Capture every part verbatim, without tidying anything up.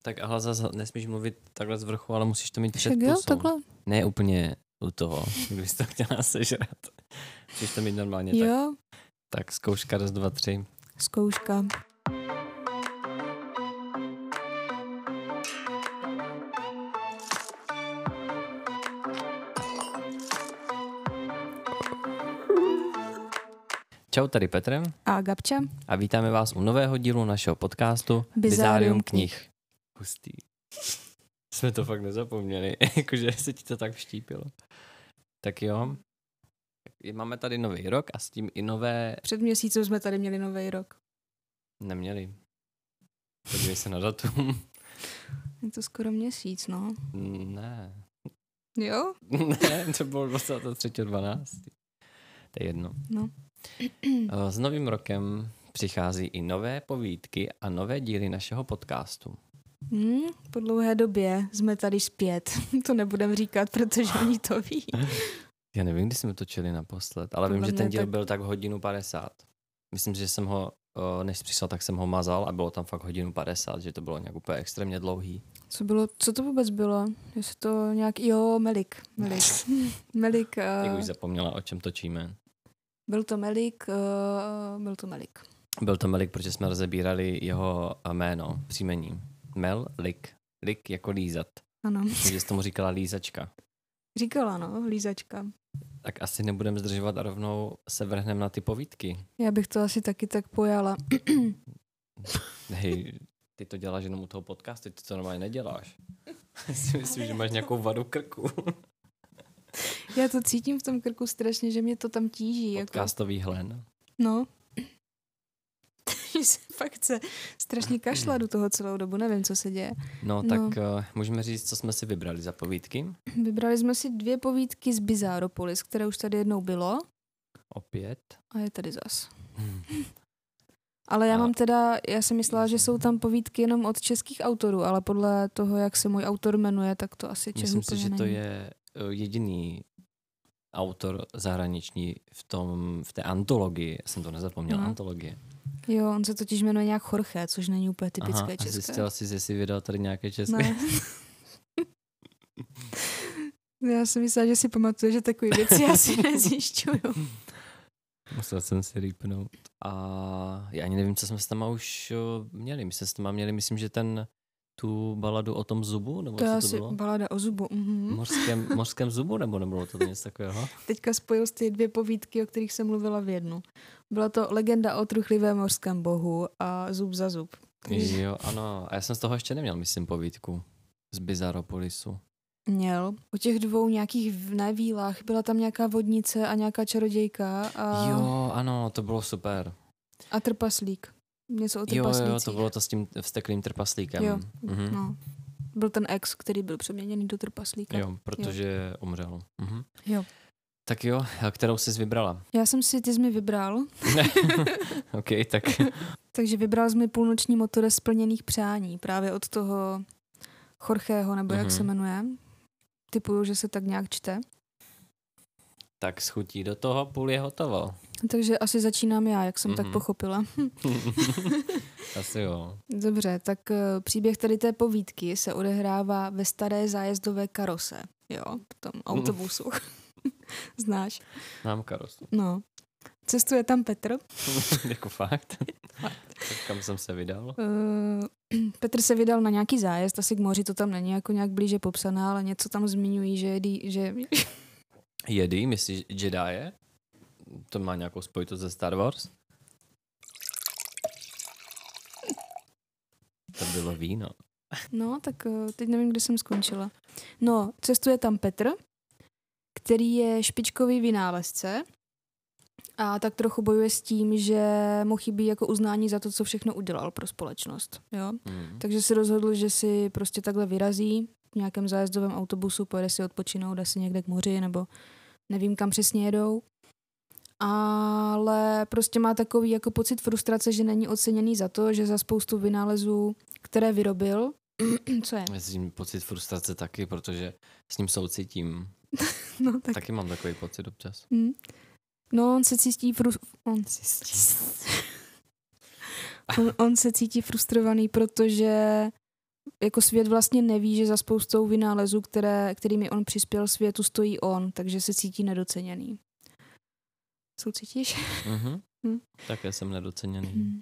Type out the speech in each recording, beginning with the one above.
Tak ale zase nesmíš mluvit takhle z vrchu, ale musíš to mít před Však pusou. jo, takhle. Ne úplně u toho, kdybys to chtěla sežrat. Musíš to mít normálně tak. Jo. Tak zkouška, raz, dva, tři. Zkouška. Čau, tady Petr. A Gabča. A vítáme vás u nového dílu našeho podcastu Bizárium knih. Hustý. Jsme to fakt nezapomněli, jakože se ti to tak vštípilo. Tak jo, máme tady nový rok a s tím i nové... Před měsícem jsme tady měli nový rok. Neměli. Podívej se na datum. Je to skoro měsíc, no. Ne. Jo? Ne, to bylo dvacátého třetího dvanáctého To je jedno. No. S novým rokem přichází i nové povídky a nové díly našeho podcastu. Hmm, po dlouhé době jsme tady zpět. To nebudem říkat, protože oni to ví. Já nevím, kdy jsme točili naposled, ale Podle vím, že ten mě díl tak... byl tak hodinu padesát. Myslím, že jsem ho, než přišel, tak jsem ho mazal a bylo tam fakt hodinu padesát, že to bylo nějak úplně extrémně dlouhý. Co bylo, co to vůbec bylo? Jestli to nějak, jo, Melik. Melik. Melik. Jak Uh... už zapomněla, o čem točíme. Byl to Melik, uh, byl to Melik. Byl to Melik, protože jsme rozebírali jeho jméno, příjmení. Mel, Lik. Lik jako lízat. Ano. Myslím, že jsi tomu říkala lízačka. Říkala, no, lízačka. Tak asi nebudeme zdržovat a rovnou se vrhneme na ty povídky. Já bych to asi taky tak pojala. Hej, ty to děláš jenom u toho podcastu, ty to normálně neděláš. Si myslím, že máš nějakou vadu krku. Já to cítím v tom krku strašně, že mě to tam tíží. Podcastový jako... hlen. No. Že se fakt chce strašně kašlat do toho celou dobu, nevím, co se děje. No, tak no. Uh, můžeme říct, co jsme si vybrali za povídky. Vybrali jsme si dvě povídky z Bizáropolis, které už tady jednou bylo. Opět. A je tady zas. Hmm. Ale já a... mám teda, já jsem myslela, že jsou tam povídky jenom od českých autorů, ale podle toho, jak se můj autor jmenuje, tak to asi Čech Myslím úplně si, že není. to je jediný autor zahraniční v tom, v té antologii. Já jsem to nezapomněl, no. Antologie. Jo, on se totiž jmenuje nějak Jorge, což není úplně typické Aha, české. A zjistil jsi, že jsi vydal tady nějaké české? Ne. Já jsem myslela, že si pamatuju, že takové věci já si nezjišťuju. Musel jsem si rýpnout. A já ani nevím, co jsme s tam už měli. My jsme s tam měli, myslím, že ten tu baladu o tom zubu? Nebo to co asi to bylo? Balada o zubu. Mm-hmm. Mořském, mořském zubu? Nebo nebylo to něco takového? Teďka spojil ty dvě povídky, o kterých jsem mluvila v jednu. Byla to Legenda o truchlivém mořském bohu a Zub za zub. Takže... Jo, ano. A já jsem z toho ještě neměl, myslím, povídku. Z Bizáropolisu. Měl. O těch dvou nějakých na vílách byla tam nějaká vodnice a nějaká čarodějka. A... Jo, ano, to bylo super. A trpaslík. Něco o trpaslících. Jo, jo, to bylo to s tím vsteklým trpaslíkem. Jo, mhm. no. Byl ten ex, který byl přeměněný do trpaslíka. Jo, protože jo. umřel. Mhm. Jo. Tak jo, kterou jsi vybrala? Já jsem si, ty jsi mi vybral. OK, tak. Takže vybral jsi mi Půlnoční motor splněných přání, právě od toho Jorgeho, nebo jak mm-hmm. se jmenuje. Typuju, že se tak nějak čte. Tak schutí do toho, půl je hotovo. Takže asi začínám já, jak jsem mm-hmm. tak pochopila. Asi jo. Dobře, tak uh, příběh tady té povídky se odehrává ve staré zájezdové karose. Jo, v tom autobusu. Znáš? Mám karosu. No. Cestuje tam Petr. Jako fakt? Tak kam jsem se vydal? Uh, Petr se vydal na nějaký zájezd, asi k moři to tam není jako nějak blíže popsané, ale něco tam zmiňují, že jedí, že... Jedí, myslíš Jedi? To má nějakou spojitost ze Star Wars? To bylo víno. No, tak uh, teď nevím, kde jsem skončila. No, cestuje tam Petr, který je špičkový vynálezce a tak trochu bojuje s tím, že mu chybí jako uznání za to, co všechno udělal pro společnost. Jo? Mm. Takže si rozhodl, že si prostě takhle vyrazí v nějakém zájezdovém autobusu, pojede si odpočinout asi někde k moři, nebo nevím, kam přesně jedou. Ale prostě má takový jako pocit frustrace, že není oceněný za to, že za spoustu vynálezů, které vyrobil, co je? Já si pocit frustrace taky, protože s ním soucítím. No, tak... Taky mám takový pocit občas. Hmm. No, on se cítí fru... on... on, on se cítí frustrovaný, protože jako svět vlastně neví, že za spoustou vynálezů, které, kterými on přispěl světu, stojí on, takže se cítí nedoceněný. Soucítíš? Mhm. Hm. Také jsem nedoceněný. Hm.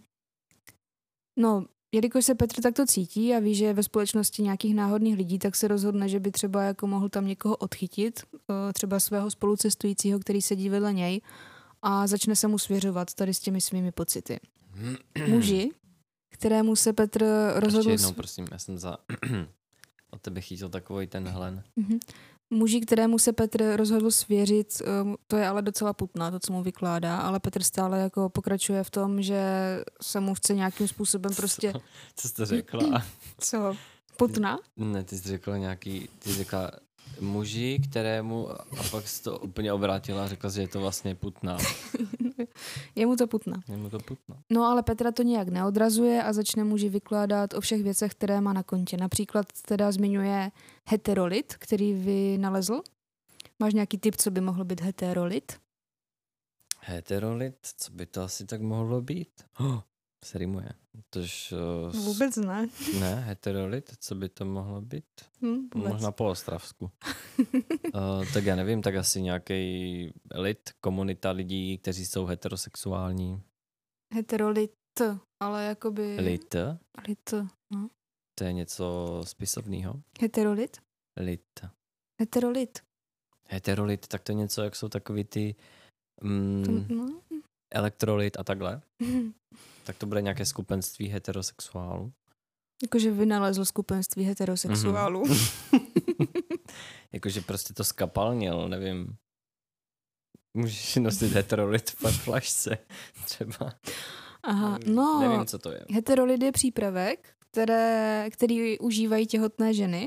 No, jelikož se Petr takto cítí a ví, že je ve společnosti nějakých náhodných lidí, tak se rozhodne, že by třeba jako mohl tam někoho odchytit, třeba svého spolucestujícího, který sedí vedle něj, a začne se mu svěřovat tady s těmi svými pocity. Muži, kterému se Petr rozhodl... Ještě jednou, prosím, já jsem za... od tebe chytil takový ten hlen. Mhm. Muži, kterému se Petr rozhodl svěřit, to je ale docela putná, to, co mu vykládá, ale Petr stále jako pokračuje v tom, že se mu chce nějakým způsobem prostě... Co, co jsi to řekla? Co? Putná? Ne, ty jsi řekla nějaký... Ty jsi řekla muži, kterému... A pak jsi to úplně obrátila a řekla, že je to vlastně putná. Je mu to putná. Je mu to putná. No ale Petra to nějak neodrazuje a začne muži vykládat o všech věcech, které má na kontě. Například teda zmiňuje heterolit, který vynalezl. Máš nějaký tip, co by mohl být heterolit? Heterolit? Co by to asi tak mohlo být? Oh, se rýmuje. Tož... Uh, Vůbec ne. Ne, heterolit? Co by to mohlo být? Hm, Možná po Ostravsku. uh, tak já nevím, tak asi nějaký lid, komunita lidí, kteří jsou heterosexuální. Heterolit, ale jakoby... Lid? Lit, no. To je něco spisovného. Heterolit? Lid. Heterolit. Heterolit, tak to je něco, jak jsou takový ty mm, To, no. elektrolit a takhle. Tak to bude nějaké skupenství heterosexuálů. Jakože vynalezl skupenství heterosexuálů. Mm-hmm. Jakože prostě to skapalnil, nevím. Můžeš nosit heterolit v flašce třeba. Aha, no. Nevím, co to je. Heterolit je přípravek, které, který užívají těhotné ženy.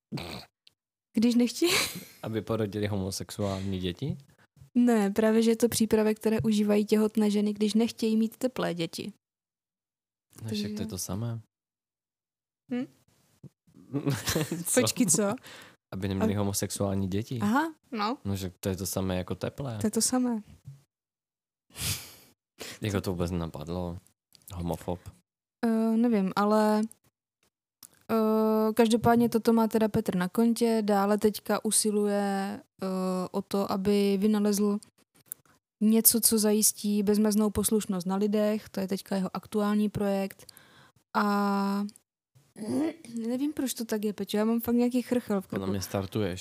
Když nechtějí... Aby porodili homosexuální děti? Ne, právě, že je to přípravek, které užívají těhotné ženy, když nechtějí mít teplé děti. No však to je to samé. Hm? co? Počkej, co? Aby neměli A... homosexuální děti. Aha, no. No, že to je to samé jako teplé. To je to samé. Jako to vůbec napadlo. Homofob. Uh, nevím, ale uh, každopádně toto má teda Petr na kontě. Dále teďka usiluje uh, o to, aby vynalezl něco, co zajistí bezmeznou poslušnost na lidech. To je teďka jeho aktuální projekt. A nevím, proč to tak je, Peťo. Já mám fakt nějaký chrchel v krku. Na mě startuješ.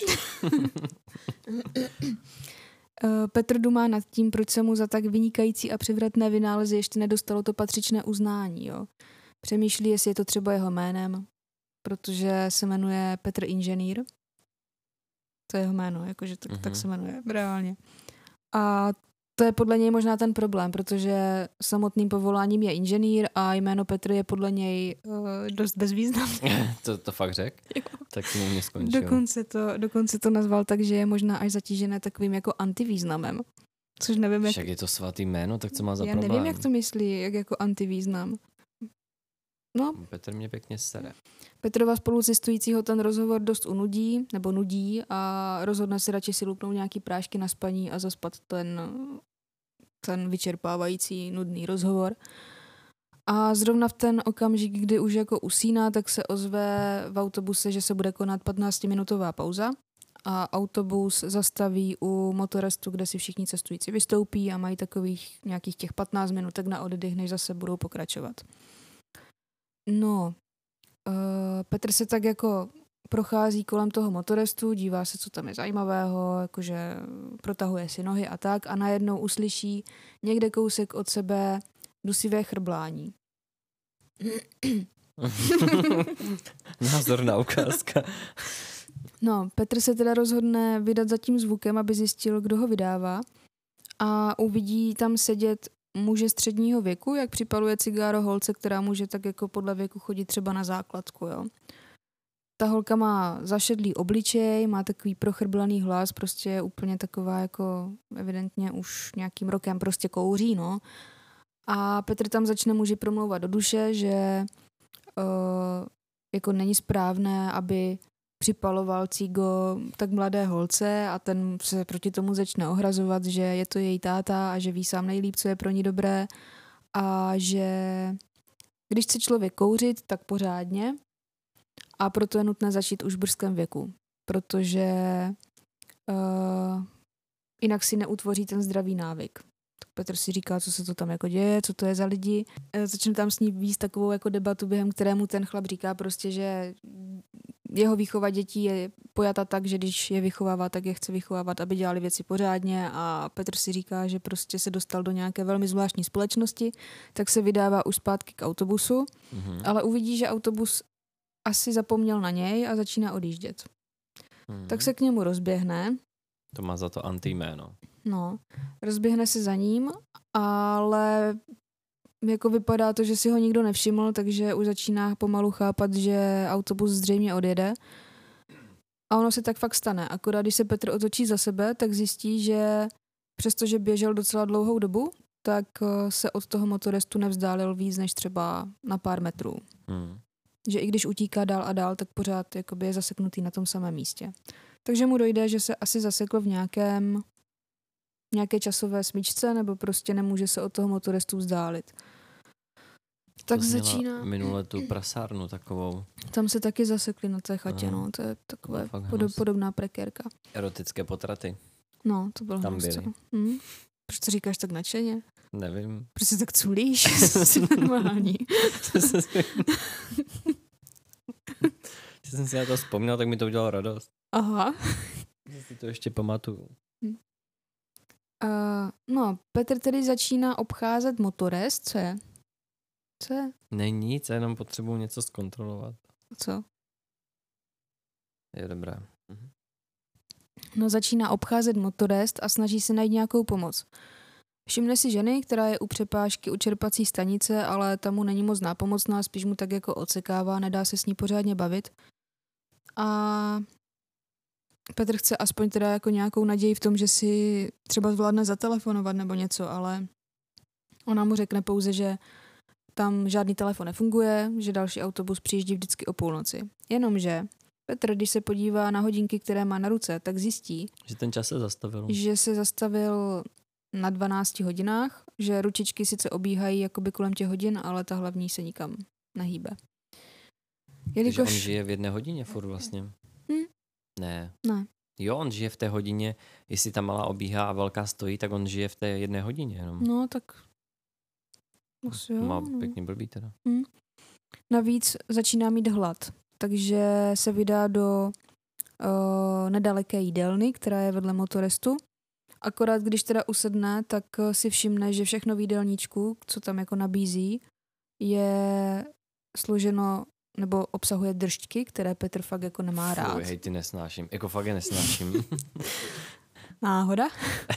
Petr dumá nad tím, proč se mu za tak vynikající a převratné vynálezy ještě nedostalo to patřičné uznání. Jo. Přemýšlí, jestli je to třeba jeho jménem, protože se jmenuje Petr Inženýr. To je jeho jméno, jakože tak, mm-hmm. tak se jmenuje, reálně. A to je podle něj možná ten problém, protože samotným povoláním je inženýr a jméno Petr je podle něj uh, dost bezvýznamné. to, to fakt řek? Tak mu mě skončil. Dokonce to, dokonce to nazval tak, že je možná až zatížené takovým jako antivýznamem. Což nevím, jak... Však je to svatý jméno, tak co má za Já problém? nevím, jak to myslí, jak jako antivýznam. No. Petr mě pěkně sere. Petrova spolucestujícího ten rozhovor dost unudí, nebo nudí a rozhodne si radši si lupnout nějaký prášky na spaní a zaspat ten, ten vyčerpávající nudný rozhovor. A zrovna v ten okamžik, kdy už jako usíná, tak se ozve v autobuse, že se bude konat patnáctiminutová pauza a autobus zastaví u motorestu, kde si všichni cestující vystoupí a mají takových nějakých těch patnáct minutek na oddych, než zase budou pokračovat. No, uh, Petr se tak jako prochází kolem toho motorestu, dívá se, co tam je zajímavého, jakože protahuje si nohy a tak a najednou uslyší někde kousek od sebe dusivé chrblání. Názorná ukázka. No, Petr se teda rozhodne vydat za tím zvukem, aby zjistil, kdo ho vydává a uvidí tam sedět muže středního věku, jak připaluje cigáro holce, která může tak jako podle věku chodit třeba na základku, jo. Ta holka má zašedlý obličej, má takový prochrblaný hlas, prostě je úplně taková jako evidentně už nějakým rokem prostě kouří, no. A Petr tam začne muži promlouvat do duše, že uh, jako není správné, aby připaloval cígo tak mladé holce a ten se proti tomu začne ohrazovat, že je to její táta a že ví sám nejlíp, co je pro ní dobré a že když chce člověk kouřit, tak pořádně a proto je nutné začít už v brzkém věku, protože uh, jinak si neutvoří ten zdravý návyk. Tak Petr si říká, co se to tam jako děje, co to je za lidi. E, začne tam s ní víc takovou jako debatu, během kterému ten chlap říká prostě, že jeho výchova dětí je pojata tak, že když je vychovává, tak je chce vychovávat, aby dělali věci pořádně, a Petr si říká, že prostě se dostal do nějaké velmi zvláštní společnosti, tak se vydává už zpátky k autobusu, mm-hmm. ale uvidí, že autobus asi zapomněl na něj a začíná odjíždět. Mm-hmm. Tak se k němu rozběhne. To má za to antijméno. No, rozběhne se za ním, ale jako vypadá to, že si ho nikdo nevšiml, takže už začíná pomalu chápat, že autobus zřejmě odjede. A ono se tak fakt stane. Akorát, když se Petr otočí za sebe, tak zjistí, že přestože běžel docela dlouhou dobu, tak se od toho motorestu nevzdálil víc než třeba na pár metrů. Hmm. Že i když utíká dál a dál, tak pořád jakoby je zaseknutý na tom samém místě. Takže mu dojde, že se asi zasekl v nějakém nějaké časové smyčce, nebo prostě nemůže se od toho motorestu vzdálit. Tak to začíná... minule tu prasárnu takovou. Tam se taky zasekli na té chatě, no. To je takové podob, podobná prekérka. Erotické potraty. No, to bylo tam byly. Hm? Proč to říkáš tak nadšeně? Nevím. Proč se tak culíš? Jsi normální. Když jsem si na to vzpomněl, tak mi to udělalo radost. Aha. Já si to ještě pamatuju. Hm. Uh, no, Petr tedy začíná obcházet motorest, co je? Co je? Není nic, jenom potřebuji něco zkontrolovat. Co? Je dobré. Mhm. No, začíná obcházet motorest a snaží se najít nějakou pomoc. Všimne si ženy, která je u přepážky u čerpací stanice, ale tam mu není moc nápomocná, spíš mu tak jako odsekává, nedá se s ní pořádně bavit. A Petr chce aspoň teda jako nějakou naději v tom, že si třeba zvládne zatelefonovat nebo něco, ale ona mu řekne pouze, že tam žádný telefon nefunguje, že další autobus přijíždí vždycky o půlnoci. Jenomže Petr, když se podívá na hodinky, které má na ruce, tak zjistí, že ten čas se zastavil. Že se zastavil na dvanácti hodinách, že ručičky sice obíhají jakoby kolem těch hodin, ale ta hlavní se nikam nehýbe. Jelikož... Takže on žije v jedné hodině furt vlastně. Hm? Ne. Ne. Jo, on žije v té hodině, jestli ta malá obíhá a velká stojí, tak on žije v té jedné hodině jenom. No, tak... Asi jo, má no. pěkně blbý teda. Hm. Navíc začíná mít hlad, takže se vydá do uh, nedaleké jídelny, která je vedle motorestu. Akorát, když teda usedne, tak si všimne, že všechno v jídelníčku, co tam jako nabízí, je složeno nebo obsahuje držťky, které Petr fakt jako nemá rád. Fuj, hej, ty nesnáším. Jako fakt je nesnáším. Náhoda.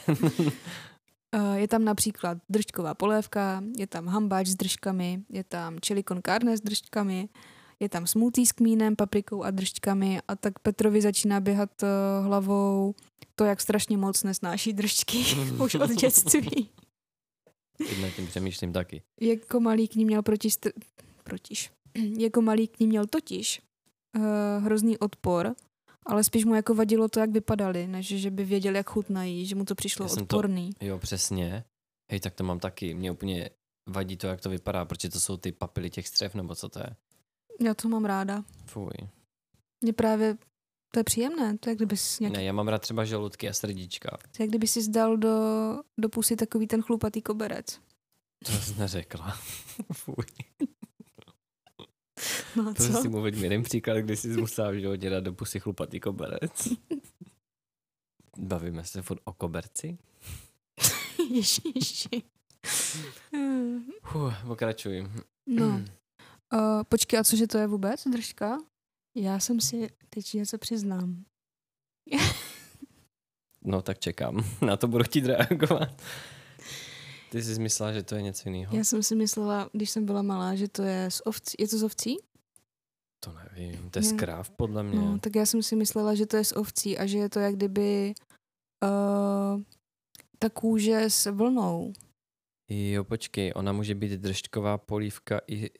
Je tam například držťková polévka, je tam hambáč s držkami, je tam chili con carne s držkami, je tam smoothie s kmínem, paprikou a držkami, a tak Petrovi začíná běhat uh, hlavou to, jak strašně moc nesnáší držky už od dětství. Teď nad tím přemýšlím taky. Jako malý k ní měl protiž, protiž. Jako malý k ní měl totiž uh, hrozný odpor, ale spíš mu jako vadilo to, jak vypadaly, než že by věděl, jak chutnají, že mu to přišlo Já odporný. To, jo, přesně. Hej, tak to mám taky. Mě úplně vadí to, jak to vypadá, protože to jsou ty papily těch střev, nebo co to je. Já to mám ráda. Fuj. Mně právě, to je příjemné, to je, kdybys nějaký... Ne, já mám rád třeba žaludky a srdíčka. To je, kdyby si zdal do, do pusy takový ten chlupatý koberec. To jsi neřekla. Fuj. No to si mu veďme jeden příklad, kdy jsi musela v životě dát do pusy chlupatý koberec. Bavíme se furt o koberci? Ježiši. Huh, pokračuj. No. Uh, počkej, a cože to je vůbec, držka? Já jsem si teď něco přiznám. No tak čekám. Na to budu chtít reagovat. Ty jsi myslela, že to je něco jiného? Já jsem si myslela, když jsem byla malá, že to je z ovcí. Je to z ovcí? To nevím, to je z kráv podle mě. No, tak já jsem si myslela, že to je z ovcí a že je to jak kdyby uh, ta kůže s vlnou. Jo, počkej, ona může být držťková polívka i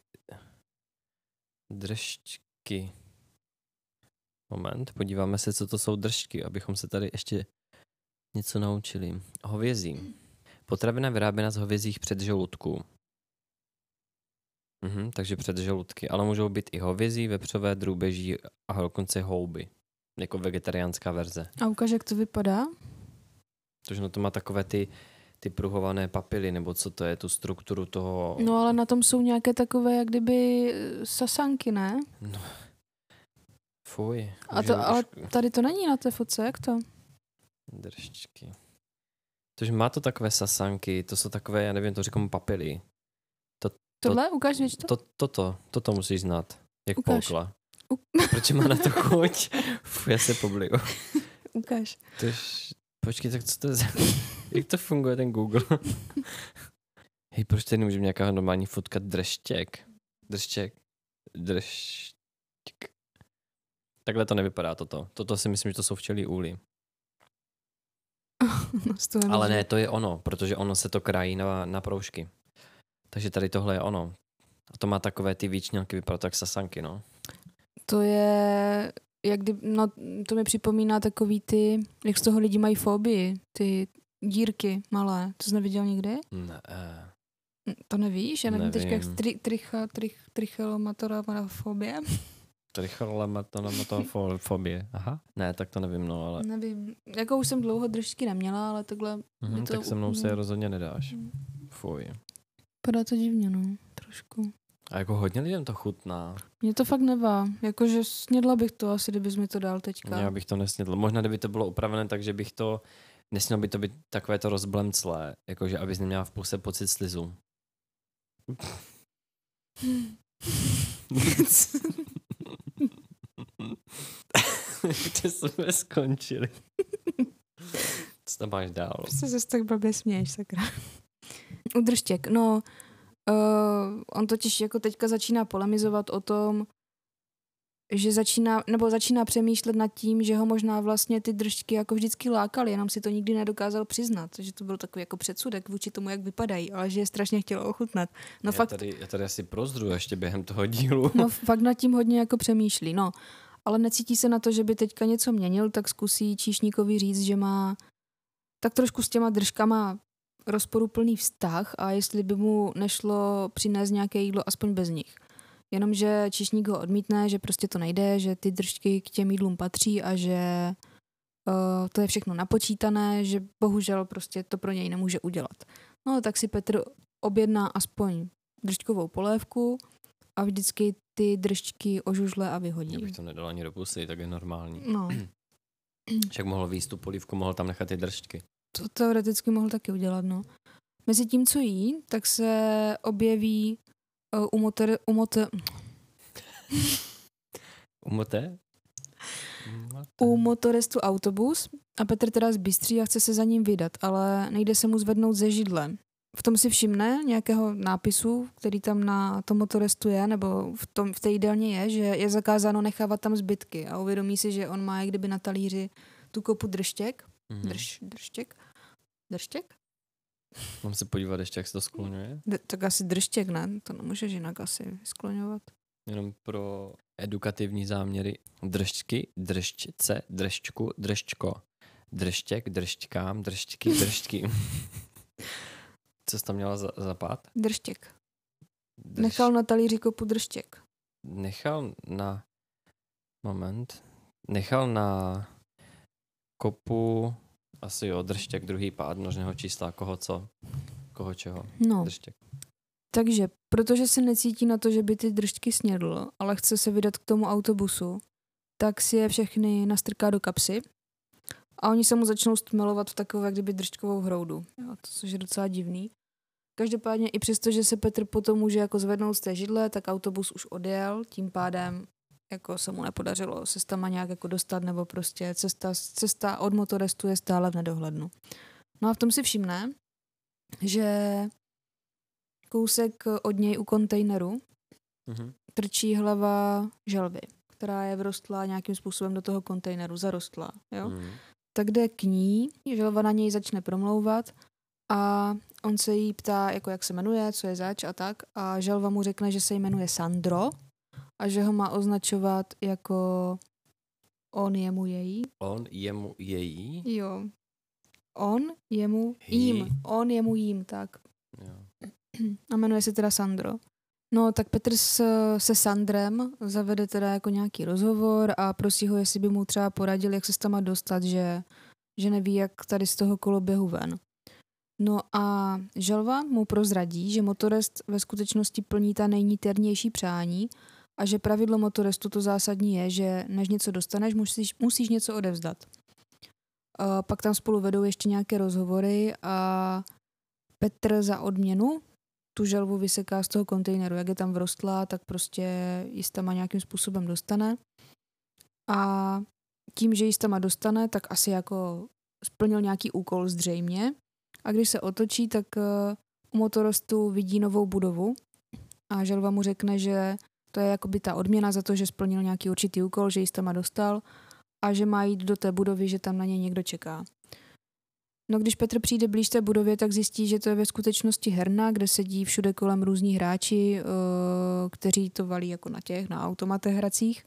držťky. Moment, podíváme se, co to jsou držťky, abychom se tady ještě něco naučili. Hovězí. Potravina vyráběna z hovězích předžaludků. Mhm, takže před žaludky. Ale můžou být i hovězí, vepřové, drůbeží a dokonce houby. Jako vegetariánská verze. A ukáž, jak to vypadá? Protože no to má takové ty, ty pruhované papily, nebo co to je, tu strukturu toho... No ale na tom jsou nějaké takové, jak kdyby sasanky, ne? No. Fuj. A to, ale tady to není na té fotce, jak to? Držčky. Protože má to takové sasanky, to jsou takové, já nevím, to říkám papily. To, Tohle? Ukáž, víš to? to? Toto, toto musíš znát. Jak Ukáž. polkla. U... Proč má na to chuť? Fuj, já se pobliju. Ukáž. Tož, počkej, tak co to je za... Jak to funguje ten Google? Hej, proč tady nemůžeme nějaká normální fotka držtěk? Držtěk. Držtěk. Takhle to nevypadá toto. Toto si myslím, že to jsou včelí úly. No, ale ne, to je ono, protože ono se to krájí na, na proužky. Takže tady tohle je ono. A to má takové ty výčnělky, vypadá tak sasanky, no. To je, jak kdy, no to mi připomíná takový ty, jak z toho lidi mají fobii, ty dírky malé. To jsi neviděl nikdy? Ne. To nevíš? Já nevím, Nevím. teďka jak tri, tricha, trich, trichelomatorafobie. Trichelomatorafobie. Aha. Ne, tak to nevím, no, ale... Nevím. Jako už jsem dlouho držky neměla, ale takhle... Mhm, to tak se mnou úplně... se je rozhodně nedáš. Fuj. Padá to divně, no. Trošku. A jako hodně lidem to chutná. Mně to fakt nevá. Jakože snědla bych to asi, kdybys mi to dal teďka. Já bych to nesnědl. Možná, kdyby to bylo upravené tak, že bych to... Nesmělo by to být takové to rozblemclé. Jakože abys neměla v puse pocit slizu. Kde jsme skončili? Co tam máš dál? Prostě zase tak blbě směješ, sakra. Udržtěk. No, uh, on totiž jako teďka začíná polemizovat o tom, že začíná, nebo začíná přemýšlet nad tím, že ho možná vlastně ty držky jako vždycky lákaly, jenom si to nikdy nedokázal přiznat, že to byl takový jako předsudek vůči tomu, jak vypadají, ale že je strašně chtěl ochutnat. No já, fakt, tady, já tady asi prozřu ještě během toho dílu. No fakt nad tím hodně jako přemýšlí, no. Ale necítí se na to, že by teďka něco měnil, tak zkusí číšníkovi říct, že má tak trošku s těma držkama rozporuplný vztah a jestli by mu nešlo přinést nějaké jídlo aspoň bez nich. Jenomže číšník ho odmítne, že prostě to nejde, že ty držky k těm jídlům patří a že uh, to je všechno napočítané, že bohužel prostě to pro něj nemůže udělat. No tak si Petr objedná aspoň držkovou polévku a vždycky ty držky ožužle a vyhodí. Já bych to nedal ani do pusy, tak je normální. No. Však mohl výst tu polívku, mohl tam nechat ty držky. To teoreticky mohl taky udělat, no. Mezi tím, co jí, tak se objeví uh, u motor... U motor... U moté? U motoristu autobus a Petr teda zbystří a chce se za ním vydat, ale nejde se mu zvednout ze židle. V tom si všimne nějakého nápisu, který tam na tom motoristu je, nebo v, tom, v té jídelně je, že je zakázáno nechávat tam zbytky a uvědomí si, že on má jak kdyby na talíři tu kopu držtěk. Mm-hmm. Drž, držtěk? Držtěk? Mám se podívat ještě, jak se to skloňuje. D- tak asi držtěk, ne? To nemůžeš jinak asi skloňovat. Jenom pro edukativní záměry. Držčky, držčce, držčku, držčko. Držtěk, držťkám, držťky, držťky. Co jsi tam měla za, za pád? Držtěk. Drž... Nechal na talíři kopu držtěk. Nechal na... Moment. Nechal na kopu... Asi jo, držtěk, druhý pád množného čísla. Koho co? Koho čeho? No. Držtěk. Takže, protože se necítí na to, že by ty držťky snědl, ale chce se vydat k tomu autobusu, tak si je všechny nastrká do kapsy a oni se mu začnou stmelovat v takové, jak kdyby držťkovou hroudu. Jo, to což je docela divný. Každopádně i přesto, že se Petr potom může jako zvednout z té židle, tak autobus už odjel, tím pádem jako se mu nepodařilo se tam nějak jako dostat, nebo prostě cesta, cesta od motorestu je stále v nedohlednu. No a v tom si všimne, že kousek od něj u kontejneru mm-hmm. trčí hlava želvy, která je vrostlá nějakým způsobem do toho kontejneru, zarostlá. Jo? Mm. Tak jde k ní, želva na něj začne promlouvat a on se jí ptá, jako jak se jmenuje, co je zač a tak. A želva mu řekne, že se jmenuje Sandro a že ho má označovat jako on jemu její. On jemu její? Jo. On jemu jím. On jemu jím, tak. Jo. A jmenuje se teda Sandro. No, tak Petr s, se Sandrem zavede teda jako nějaký rozhovor a prosí ho, jestli by mu třeba poradil, jak se s tam dostat, že, že neví, jak tady z toho koloběhu ven. No a želva mu prozradí, že motorest ve skutečnosti plní ta nejniternější přání a že pravidlo motorestu to zásadní je, že než něco dostaneš, musíš, musíš něco odevzdat. A pak tam spolu vedou ještě nějaké rozhovory a Petr za odměnu tu želvu vyseká z toho kontejneru. Jak je tam vrostlá, tak prostě ji s tama nějakým způsobem dostane. A tím, že ji s tama dostane, tak asi jako splnil nějaký úkol zřejmě. A když se otočí, tak u motorostu vidí novou budovu a želva mu řekne, že to je jakoby ta odměna za to, že splnil nějaký určitý úkol, že ji s tama dostal a že má jít do té budovy, že tam na něj někdo čeká. No když Petr přijde blíž té budově, tak zjistí, že to je ve skutečnosti herna, kde sedí všude kolem různí hráči, kteří to valí jako na těch, na automatech hracích.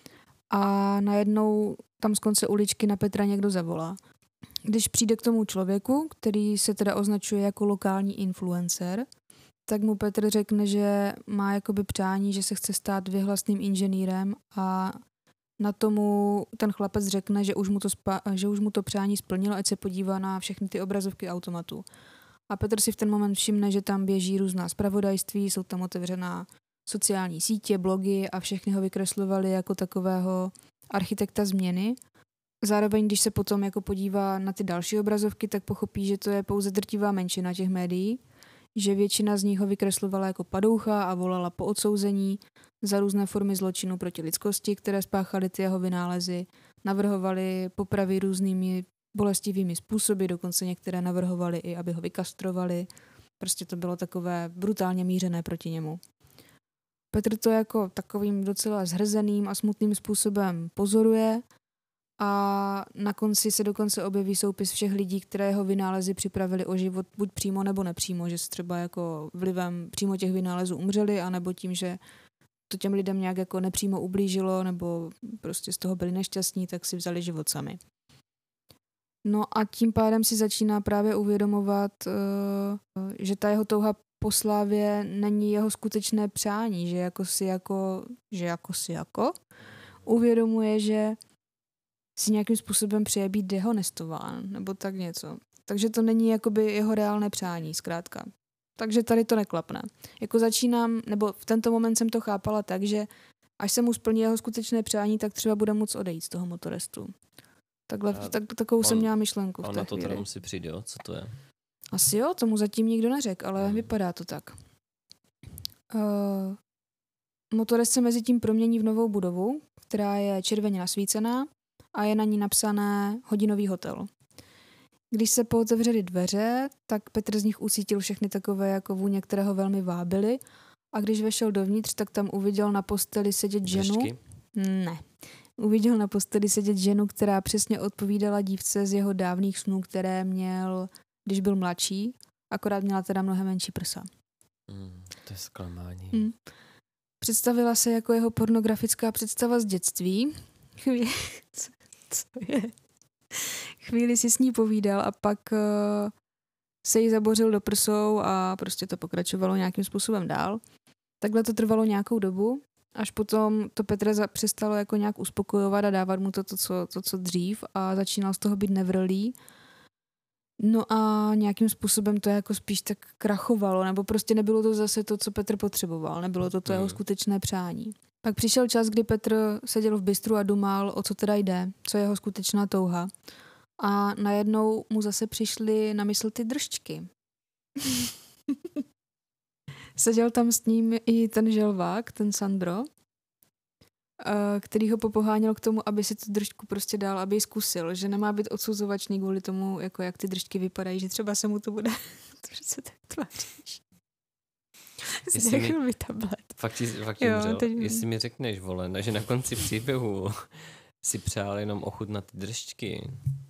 A najednou tam z konce uličky na Petra někdo zavolá. Když přijde k tomu člověku, který se teda označuje jako lokální influencer, tak mu Petr řekne, že má jakoby přání, že se chce stát věhlasným inženýrem a na tomu ten chlapec řekne, že už mu to, spa, že už mu to přání splnilo, ať se podívá na všechny ty obrazovky automatu. A Petr si v ten moment všimne, že tam běží různá zpravodajství, jsou tam otevřená sociální sítě, blogy a všechny ho vykreslovali jako takového architekta změny. Zároveň, když se potom jako podívá na ty další obrazovky, tak pochopí, že to je pouze drtivá menšina těch médií, že většina z nich ho vykreslovala jako padoucha a volala po odsouzení za různé formy zločinu proti lidskosti, které spáchaly ty jeho vynálezy, navrhovali popravy různými bolestivými způsoby, dokonce některé navrhovali i, aby ho vykastrovali. Prostě to bylo takové brutálně mířené proti němu. Petr to jako takovým docela zhrzeným a smutným způsobem pozoruje a na konci se dokonce objeví soupis všech lidí, které jeho vynálezy připravili o život buď přímo nebo nepřímo, že se třeba jako vlivem přímo těch vynálezů umřeli, anebo tím, že to těm lidem nějak jako nepřímo ublížilo, nebo prostě z toho byli nešťastní, tak si vzali život sami. No a tím pádem si začíná právě uvědomovat, že ta jeho touha po slávě není jeho skutečné přání, že jako si jako, že jako si jako uvědomuje, že si nějakým způsobem přeje být dehonestován, nebo tak něco. Takže to není jakoby jeho reálné přání, zkrátka. Takže tady to neklapne. Jako začínám, nebo v tento moment jsem to chápala tak, že až se mu splní jeho skutečné přání, tak třeba bude moc odejít z toho motorestu. Takhle, tak, takovou on, jsem měla myšlenku v té chvíli. On na to chvíli. teda musí přijde, jo? Co to je? Asi jo, tomu zatím nikdo neřekl, ale hmm. vypadá to tak. Uh, motorest se mezi tím promění v novou budovu, která je červeně nasvícená a je na ní napsané hodinový hotel. Když se pootevřely dveře, tak Petr z nich ucítil všechny takové jako vůně, které ho velmi vábily. A když vešel dovnitř, tak tam uviděl na posteli sedět ženu. Držky? Ne. Uviděl na posteli sedět ženu, která přesně odpovídala dívce z jeho dávných snů, které měl, když byl mladší, akorát měla teda mnohem menší prsa. Mm, to je zklamání. Mm. Představila se jako jeho pornografická představa z dětství. Chvíli, co, co je? Chvíli si s ní povídal a pak uh, se jí zabořil do prsou a prostě to pokračovalo nějakým způsobem dál. Takhle to trvalo nějakou dobu, až potom to Petra za, přestalo jako nějak uspokojovat a dávat mu to, to, co, to, co dřív a začínal z toho být nevrlý. No a nějakým způsobem to jako spíš tak krachovalo, nebo prostě nebylo to zase to, co Petr potřeboval, nebylo to to jeho skutečné přání. Pak přišel čas, kdy Petr seděl v bistru a dumal, o co teda jde, co je jeho skutečná touha. A najednou mu zase přišly na mysl ty držčky. Seděl tam s ním i ten želvák, ten Sandro, který ho popoháněl k tomu, aby si tu držku prostě dal, aby ji zkusil, že nemá být odsuzovačný kvůli tomu, jako jak ty držky vypadají, že třeba se mu to bude... to, že se tak tváříš. Zdechl mi tablet. Fakt ti, fakt ti umřel. Teď... Jestli mi řekneš, vole, že na konci příběhu si přál jenom ochutnat ty držčky,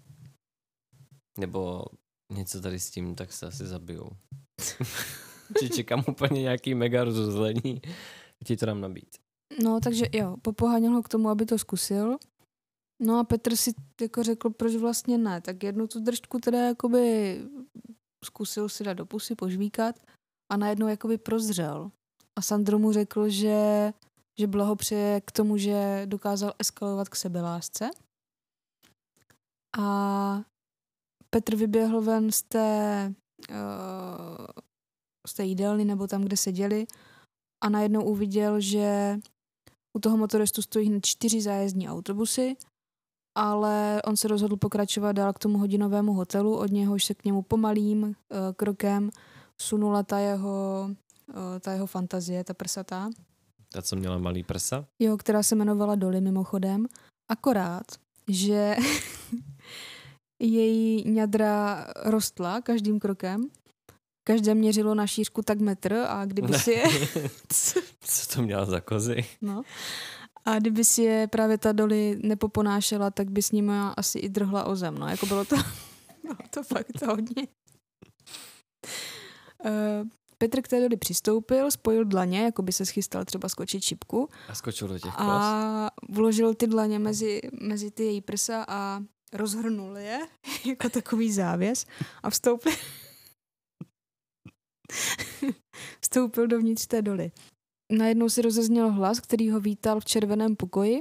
nebo něco tady s tím, tak se asi zabijou. Že čekám úplně nějaký mega rozuzlení, ti to dám nabít. No, takže jo, popoháněl ho k tomu, aby to zkusil. No a Petr si jako řekl, proč vlastně ne. Tak jednu tu držku teda jakoby zkusil si dát do pusy, požvíkat a najednou jakoby prozřel. a Sandro mu řekl, že, že blahopřeje k tomu, že dokázal eskalovat k sebelásce. A Petr vyběhl ven z té, uh, z té jídelny nebo tam, kde seděli a najednou uviděl, že u toho motorestu stojí hned čtyři zájezdní autobusy, ale on se rozhodl pokračovat dál k tomu hodinovému hotelu, od něhož se k němu pomalým uh, krokem sunula ta jeho, uh, ta jeho fantazie, ta prsatá. Ta, co měla malý prsa? Jo, která se jmenovala Dolly mimochodem. Akorát, že její ňadra rostla každým krokem. Každé měřilo na šířku tak metr a kdyby si je... Co to měla za kozy? No. A kdyby si je právě ta Dolly nepoponášela, tak by s nimi asi i drhla o zem. No, jako bylo to, bylo to fakt hodně. Uh, Petr k té Dolly přistoupil, spojil dlaně, jako by se schystal třeba skočit šipku. A skočil do těch kos. A vložil ty dlaně mezi, mezi ty její prsa a rozhrnul je jako takový závěs a vstoupil vstoupil dovnitř té Dolly. Najednou si rozezněl hlas, který ho vítal v červeném pokoji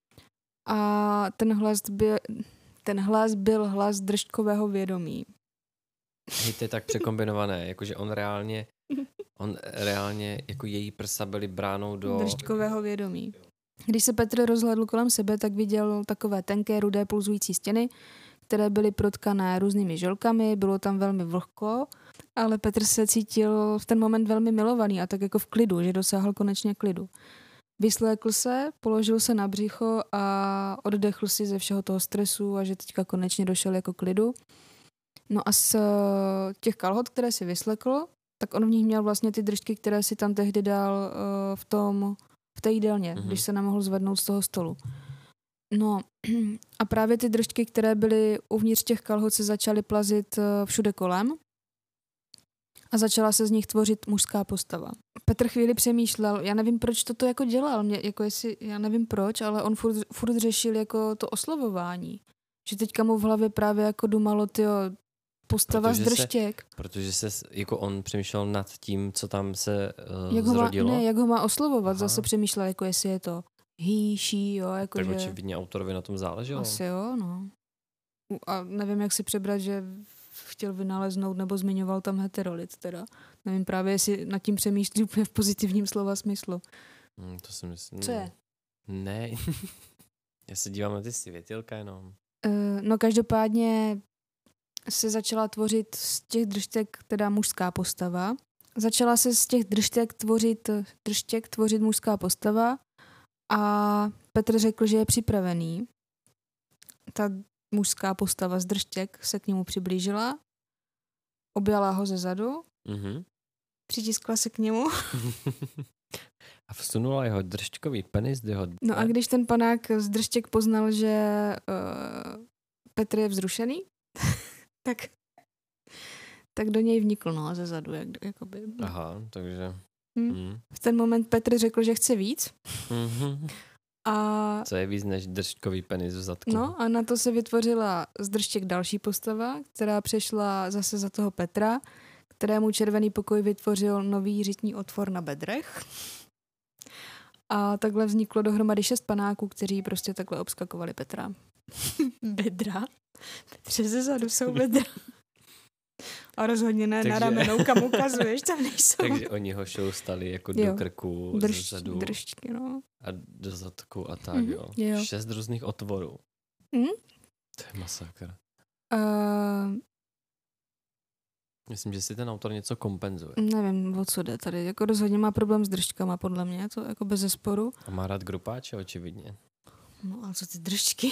a ten hlas byl, ten hlas byl hlas držkového vědomí. Hej, to je tak překombinované, jakože on reálně on reálně, jako její prsa byly bránou do... držkového vědomí. Když se Petr rozhlédl kolem sebe, tak viděl takové tenké, rudé, pulzující stěny, které byly protkané různými žolkami, bylo tam velmi vlhko, ale Petr se cítil v ten moment velmi milovaný a tak jako v klidu, že dosáhl konečně klidu. Vyslékl se, položil se na břicho a oddechl si ze všeho toho stresu a že teďka konečně došel jako klidu. No a z těch kalhot, které si vyslekl, tak on v nich měl vlastně ty držky, které si tam tehdy dal uh, v tom, v té jídelně, mm-hmm. když se nemohl zvednout z toho stolu. No a právě ty držky, které byly uvnitř těch kalhot, se začaly plazit uh, všude kolem a začala se z nich tvořit mužská postava. Petr chvíli přemýšlel, já nevím, proč toto jako dělal, mě, jako jestli, já nevím proč, ale on furt, furt řešil jako to oslovování. Že teďka mu v hlavě právě jako dumalo, tyjo, postava protože z držtěk. Se, protože se, jako on přemýšlel nad tím, co tam se uh, jak ho má, zrodilo. Ne, jak ho má oslovovat. Aha. Zase přemýšlel, jako jestli je to he, she, jo. Jako tak že... očividně autorovi na tom záleželo. Asi jo, no. A nevím, jak si přebrat, že chtěl vynaleznout nebo zmiňoval tam heterolit teda. Nevím právě, jestli nad tím přemýšlí úplně v pozitivním slova smyslu. Hmm, to si myslím. Co je? Ne. Já se dívám na ty světilka jenom. Uh, no každopádně se začala tvořit z těch držtek teda mužská postava. Začala se z těch držtek tvořit, držtek tvořit mužská postava a Petr řekl, že je připravený. Ta mužská postava z držtek se k němu přiblížila, objala ho ze zadu, mm-hmm. přitiskla se k němu. A vsunula jeho držťkový penis do jeho... No a když ten panák z držtěk poznal, že uh, Petr je vzrušený, tak, tak do něj vnikl, no, ze zadu, jak, jakoby. Aha, takže... Hmm. Hmm. V ten moment Petr řekl, že chce víc. Mm-hmm. A... Co je víc než držťkový penis v zadku. No a na to se vytvořila z držtěk další postava, která přešla zase za toho Petra, kterému červený pokoj vytvořil nový řitní otvor na bedrech. A takhle vzniklo dohromady šest panáků, kteří prostě takhle obskakovali Petra. Bedra? Petře, ze zadu jsou bedra. A rozhodně ne takže... na ramenou, kam ukazuješ, tam nejsou. Takže oni ho šoustali jako jo. do krku, Drž, ze zadu. Držky, no. A do zadku a tak, mm-hmm. jo. jo. Šest různých otvorů. Mm? To je masakr. Uh... Myslím, že si ten autor něco kompenzuje. Nevím, o co jde tady. Jako rozhodně má problém s držkama, podle mě, to jako bez zesporu. A má rád grupáče, očividně. No a co ty držky?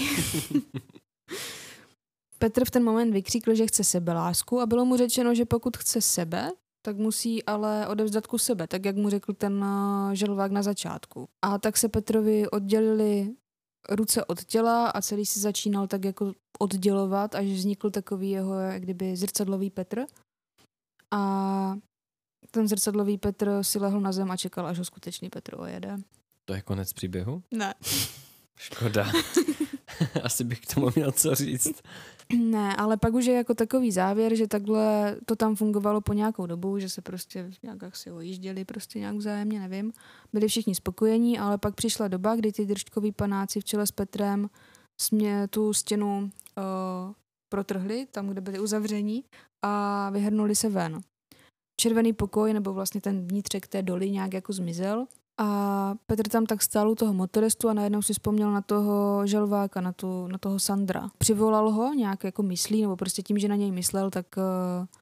Petr v ten moment vykřikl, že chce sebelásku a bylo mu řečeno, že pokud chce sebe, tak musí ale odevzdat kus sebe, tak jak mu řekl ten želvák na začátku. A tak se Petrovi oddělili ruce od těla a celý si začínal tak jako oddělovat, až vznikl takový jeho, jak kdyby zrcadlový Petr. A ten zrcadlový Petr si lehl na zem a čekal, až ho skutečný Petr ojede. To je konec příběhu? Ne. Škoda. Asi bych k tomu měl co říct. Ne, ale pak už je jako takový závěr, že takhle to tam fungovalo po nějakou dobu, že se prostě nějak si ojížděli prostě nějak vzájemně, nevím. Byli všichni spokojení, ale pak přišla doba, kdy ty držťkoví panáci v čele s Petrem smě tu stěnu uh, protrhli, tam, kde byli uzavření a vyhrnuli se ven. Červený pokoj, nebo vlastně ten vnitřek té doly nějak jako zmizel. A Petr tam tak stál u toho motorestu a najednou si vzpomněl na toho želváka, na, tu, na toho Sandra. Přivolal ho nějak jako myslí, nebo prostě tím, že na něj myslel, tak uh,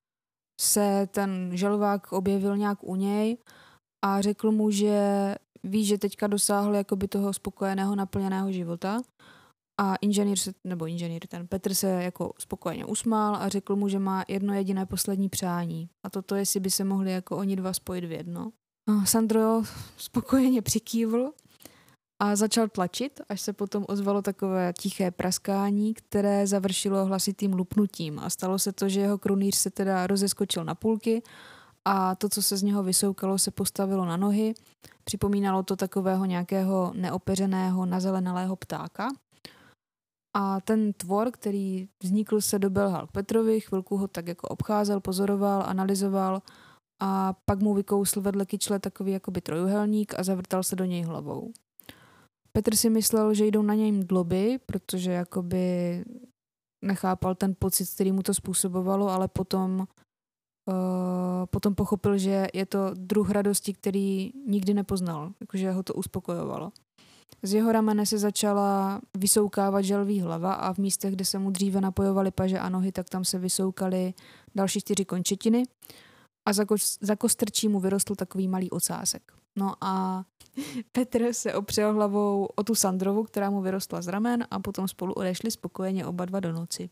se ten želvák objevil nějak u něj a řekl mu, že ví, že teďka dosáhl jakoby toho spokojeného, naplněného života. A inženýr, se, nebo inženýr, ten Petr se jako spokojeně usmál a řekl mu, že má jedno jediné poslední přání. A toto, jestli by se mohli jako oni dva spojit v jedno. A Sandro spokojeně přikývl a začal tlačit, až se potom ozvalo takové tiché praskání, které završilo hlasitým lupnutím. A stalo se to, že jeho krunýř se teda rozeskočil na půlky a to, co se z něho vysoukalo, se postavilo na nohy. Připomínalo to takového nějakého neopeřeného, nazelenalého ptáka. A ten tvor, který vznikl, se dobelhal k Petrovi, chvilku ho tak jako obcházel, pozoroval, analyzoval a pak mu vykousl vedle kyčle takový jakoby trojuhelník a zavrtal se do něj hlavou. Petr si myslel, že jdou na něj mdloby, protože jakoby nechápal ten pocit, který mu to způsobovalo, ale potom, uh, potom pochopil, že je to druh radosti, který nikdy nepoznal, jakože ho to uspokojovalo. Z jeho ramene se začala vysoukávat želví hlava a v místech, kde se mu dříve napojovaly paže a nohy, tak tam se vysoukaly další čtyři končetiny a za, ko- za kostrčí mu vyrostl takový malý ocásek. No a Petr se opřel hlavou o tu Sandrovu, která mu vyrostla z ramen a potom spolu odešli spokojeně oba dva do noci.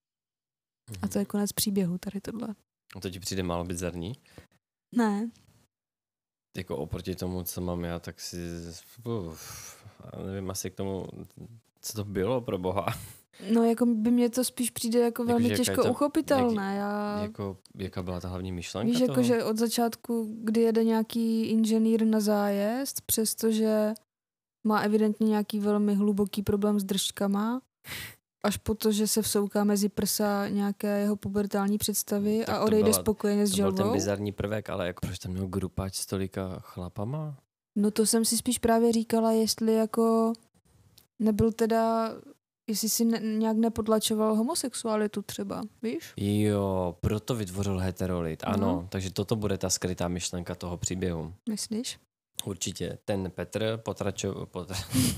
A to je konec příběhu, tady tohle. A to ti přijde málo bizarní? Ne. Jako oproti tomu, co mám já, tak si... Uf, nevím asi k tomu, co to bylo pro boha. No jako by mě to spíš přijde jako velmi jako, těžko to, uchopitelné. Jak, já... jako, jaká byla ta hlavní myšlenka Víš, toho? jako, že od začátku, kdy jede nějaký inženýr na zájezd, přestože má evidentně nějaký velmi hluboký problém s držkama, až po to, že se vsouká mezi prsa nějaké jeho pubertální představy tak a odejde byla, spokojeně s želvou. To byl ten bizarní prvek, ale jako proč tam měl grupáč s tolika chlapama? No to jsem si spíš právě říkala, jestli jako nebyl teda, jestli si ne, nějak nepodlačoval homosexualitu třeba, víš? Jo, proto vytvořil heterolit, ano. No. Takže toto bude ta skrytá myšlenka toho příběhu. Myslíš? Určitě. Ten Petr potračoval... Potra...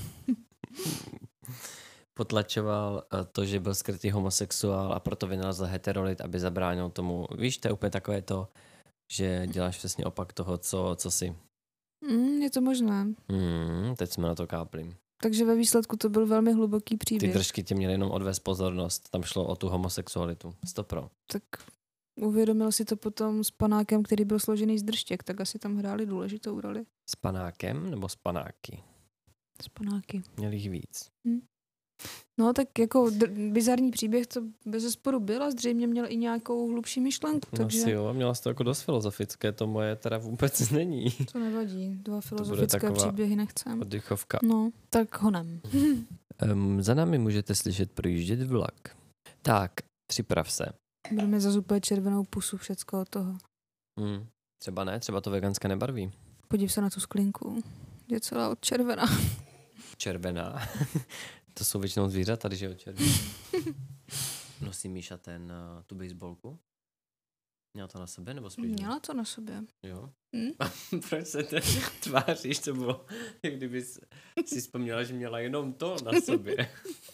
potlačoval to, že byl skrytý homosexuál a proto vynalezl heterolit, aby zabránil tomu. Víš, to je úplně takové to, že děláš přesně opak toho, co, co jsi. Mm, je to možné. Mm, teď jsme na to kápli. Takže ve výsledku to byl velmi hluboký příběh. Ty držky tě měly jenom odvést pozornost. Tam šlo o tu homosexualitu. Stopro. Tak uvědomil si to potom s panákem, který byl složený z držtěk, tak asi tam hráli důležitou roli. S panákem nebo s panáky? S panáky. Měli jich víc. Hm. No tak jako dr- bizarní příběh to bezesporu byl a zřejmě měl i nějakou hlubší myšlenku. No takže... si jo, měla jsi to jako dost filozofické, to moje teda vůbec není. To nevadí, dva filozofické příběhy nechcem. Oddychovka. No, tak honem. um, za námi můžete slyšet projíždět vlak. Tak, připrav se. Budeme zase úplně červenou pusu všecko od toho. Hmm, třeba ne, třeba to veganské nebarví. Podív se na tu sklinku. Je celá od červená. Červená. To jsou většinou zvířata, když je od červená. Nosí Míša ten, uh, tu baseballku? Měla to na sobě, nebo spíš? Měla to na sobě. Jo. Hm? Proč se te tváříš? To bylo, jak kdyby si vzpomněla, že měla jenom to na sobě.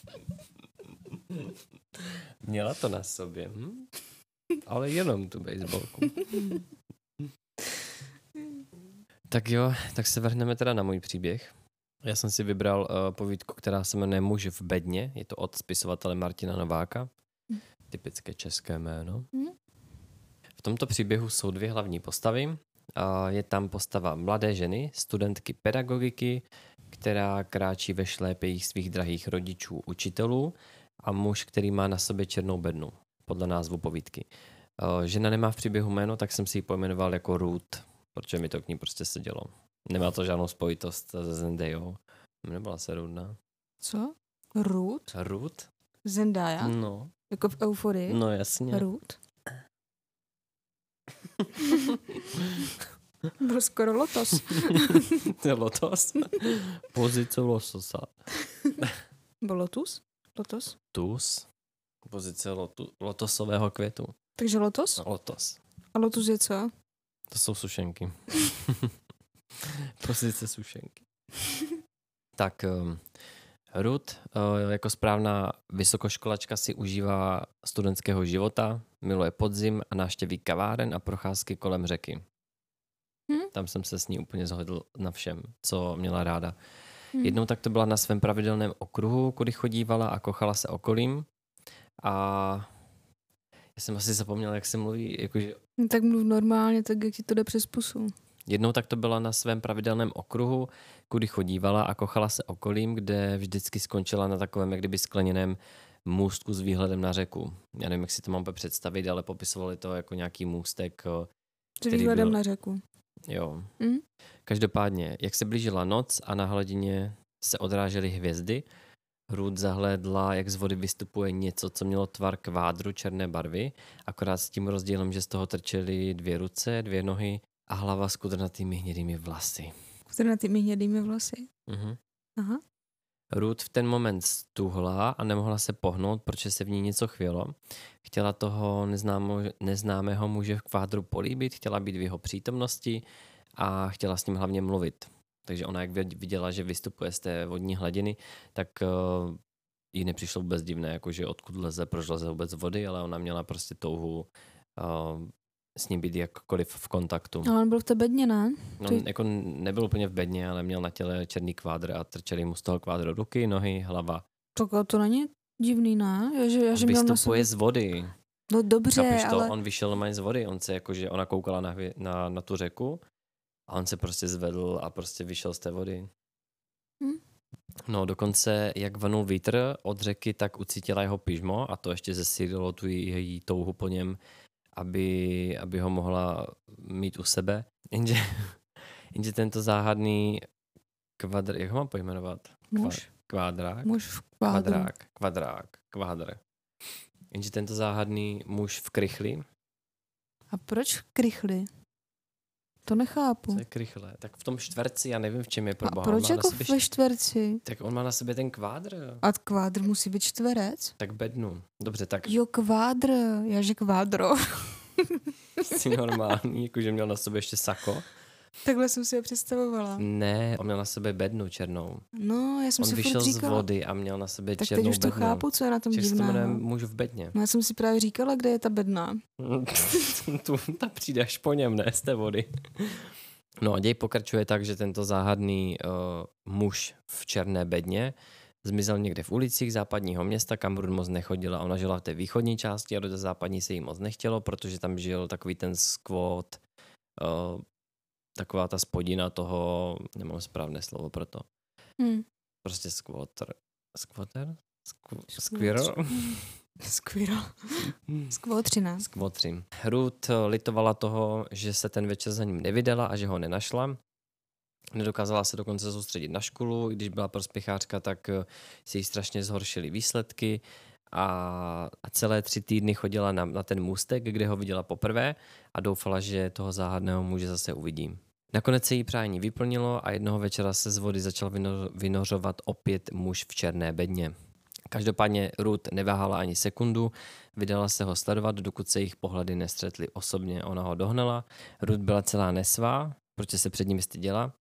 Měla to na sobě, hm? Ale jenom tu baseballku. Tak jo, tak se vrhneme teda na můj příběh. Já jsem si vybral uh, povídku, která se jmenuje Muž v bedně. Je to od spisovatele Martina Nováka. Typické české jméno. V tomto příběhu jsou dvě hlavní postavy. Uh, je tam postava mladé ženy, studentky pedagogiky, která kráčí ve šlépějích svých drahých rodičů, učitelů, a muž, který má na sobě černou bednu, podle názvu povídky. Uh, žena nemá v příběhu jméno, tak jsem si ji pojmenoval jako Ruth, protože mi to k ní prostě sedělo. Nemá to žádnou spojitost se Zendayou. Nebyla se Rudna. Co? Ruth? Ruth? Zendaya? No. Jako v Euforii? No jasně. Ruth? Byl skoro lotos. To je lotos? Pozice lososa. Byl lotus? Lotos? Tus? Pozice lotu, lotosového květu. Takže lotos? Lotos. A lotus je co? To jsou sušenky. Pozice sušenky. Tak um, Ruth uh, jako správná vysokoškolačka si užívá studentského života, miluje podzim a návštěví kaváren a procházky kolem řeky. Hmm? Tam jsem se s ní úplně zhodl na všem, co měla ráda. Hmm. Jednou tak to byla na svém pravidelném okruhu, kudy chodívala a kochala se okolím. A já jsem asi zapomněl, jak se mluví. Jakože... No, tak mluv normálně, tak jak ti to jde přes pusu. Jednou tak to byla na svém pravidelném okruhu, kudy chodívala a kochala se okolím, kde vždycky skončila na takovém jak kdyby skleněném můstku s výhledem na řeku. Já nevím, jak si to mám představit, ale popisovali to jako nějaký můstek. S výhledem byl... na řeku. Jo. Mm? Každopádně, jak se blížila noc a na hladině se odrážely hvězdy, Ruth zahlédla, jak z vody vystupuje něco, co mělo tvar kvádru černé barvy, akorát s tím rozdílem, že z toho trčely dvě ruce, dvě nohy a hlava s kudrnatými hnědými vlasy. Kudrnatými hnědými vlasy? Mhm. Aha. Ruth v ten moment stuhla a nemohla se pohnout, protože se v ní něco chvělo. Chtěla toho neznámo, neznámého muže v kvádru políbit, chtěla být v jeho přítomnosti a chtěla s ním hlavně mluvit. Takže ona, jak viděla, že vystupuje z té vodní hladiny, tak uh, jí nepřišlo vůbec divné, jakože odkud leze, proč leze vůbec z vody, ale ona měla prostě touhu uh, s ním být jakkoliv v kontaktu. Ale on byl v té bedně, ne? No, Ty... jako nebyl úplně v bedně, ale měl na těle černý kvádr a trčely mu z toho kvádru ruky, nohy, hlava. Tak to není divný, ne? Já, že, já, že vystupuje sobě... z vody. No dobře, Chápeš to? ale... On vyšel normálně z vody, on se jakože, ona koukala na, na, na tu řeku a on se prostě zvedl a prostě vyšel z té vody. Hm? No dokonce, jak vanul vítr od řeky, tak ucítila jeho pyžmo a to ještě zesílilo tu její touhu po něm, aby, aby ho mohla mít u sebe. Jenže, jenže tento záhadný kvadr, jak ho mám pojmenovat? Muž. Kvádrák? Muž v kvádru. Kvadrák, kvadrák, kvádr. Jenže tento záhadný muž v krychli. A proč v krychli? To nechápu. Co je krychle? Tak v tom čtverci, já nevím, v čem je pro boha. A proč jako ve št... čtverci? Tak on má na sobě ten kvádr. A kvádr musí být čtverec? Tak bednu. Dobře, tak... Jo, kvádr. Já že kvádro. Jsi normální, jakože měl na sobě ještě sako. Takhle jsem si je představovala. Ne, on měl na sobě bednu černou. No, já jsem on si vyšel furt z říkala... vody a měl na sobě tak černou bednu. Tak teď už to chápu, co je na tom divného. divného. Se to jmenuje muž v bedně. No já jsem si právě říkala, kde je ta bedna. tu, ta přijde až po něm, ne z té vody. No a děj pokračuje tak, že tento záhadný uh, muž v černé bedně zmizel někde v ulicích západního města, kam Ruth moc nechodila. Ona žila v té východní části a do té západní se jí moc nechtělo, protože tam žil takový ten skvot, uh, taková ta spodina toho, nemám správné slovo pro to. Hmm. Prostě skvoter. Skvoter? Skv- Squirrel? Squirrel. Skvotřina. Skvotřin. Ruth litovala toho, že se ten večer za ním nevydala a že ho nenašla. Nedokázala se dokonce soustředit na školu, i když byla prospěchářka, tak si jí strašně zhoršily výsledky a, a celé tři týdny chodila na, na ten můstek, kde ho viděla poprvé a doufala, že toho záhadného muže zase uvidí. Nakonec se jí přání vyplnilo a jednoho večera se z vody začal vyno, vynořovat opět muž v černé bedně. Každopádně Ruth neváhala ani sekundu, vydala se ho sledovat, dokud se jejich pohledy nestřetly osobně. Ona ho dohnala, Ruth byla celá nesvá, protože se před ním styděla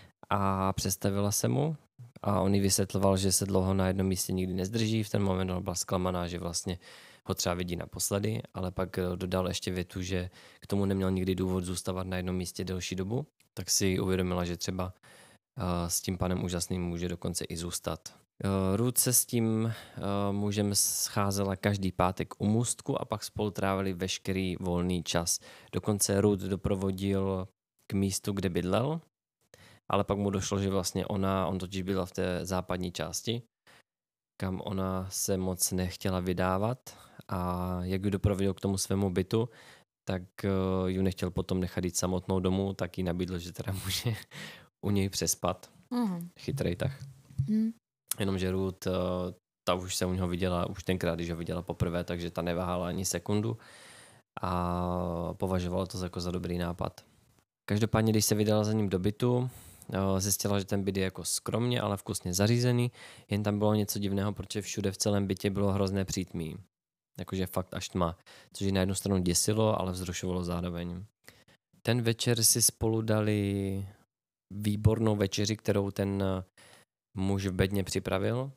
a představila se mu a on jí vysvětloval, že se dlouho na jednom místě nikdy nezdrží. V ten moment ona byla zklamaná, že vlastně ho třeba vidí naposledy, ale pak dodal ještě větu, že k tomu neměl nikdy důvod zůstávat na jednom místě delší dobu, tak si uvědomila, že třeba uh, s tím panem úžasným může dokonce i zůstat. Uh, Ruth se s tím uh, mužem scházela každý pátek u můstku a pak spolu trávili veškerý volný čas. Dokonce Ruth doprovodil k místu, kde bydlel, ale pak mu došlo, že vlastně ona, on totiž byla v té západní části, kam ona se moc nechtěla vydávat a jak ji doprovodil k tomu svému bytu, tak uh, ji nechtěl potom nechat jít samotnou domů, tak jí nabídl, že teda může u něj přespat. Uh-huh. Chytrej tah. Hmm. Jenomže Ruth uh, ta už se u něho viděla, už tenkrát, když ho viděla poprvé, takže ta neváhala ani sekundu a považovala to jako za dobrý nápad. Každopádně, když se vydala za ním do bytu, zjistila, že ten byt je jako skromně, ale vkusně zařízený, jen tam bylo něco divného, protože všude v celém bytě bylo hrozné přítmí. Jakože fakt až tma, což ji na jednu stranu děsilo, ale vzrušovalo zároveň. Ten večer si spolu dali výbornou večeři, kterou ten muž v bedně připravil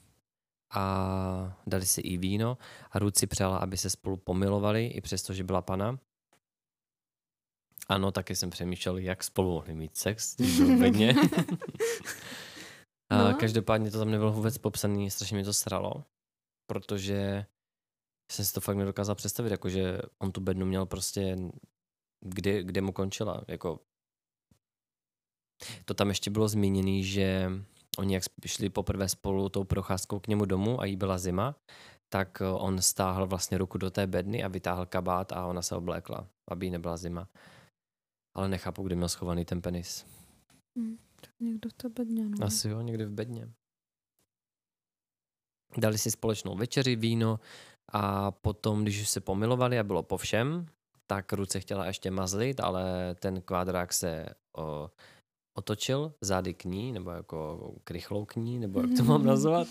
a dali si i víno a Ruth si přála, aby se spolu pomilovali, i přesto, že byla pana. Ano, taky jsem přemýšlel, jak spolu mohli mít sex, když byl v bedně. A no. Každopádně to tam nebylo vůbec popsaný, strašně mě to sralo, protože jsem si to fakt nedokázal představit, jakože on tu bednu měl prostě, kde, kde mu končila, jako to tam ještě bylo zmíněné, že oni jak šli poprvé spolu tou procházkou k němu domů a jí byla zima, tak on stáhl vlastně ruku do té bedny a vytáhl kabát a ona se oblékla, aby jí nebyla zima. Ale nechápu, kde měl schovaný ten penis. Hmm, tak někdo v té bedně, no. Asi jo, někde v bedně. Dali si společnou večeři, víno a potom, když už se pomilovali a bylo po všem, tak Ruth se chtěla ještě mazlit, ale ten kvádrák se o, otočil zády k ní, nebo jako krychlou k ní, nebo jak to mám nazvat.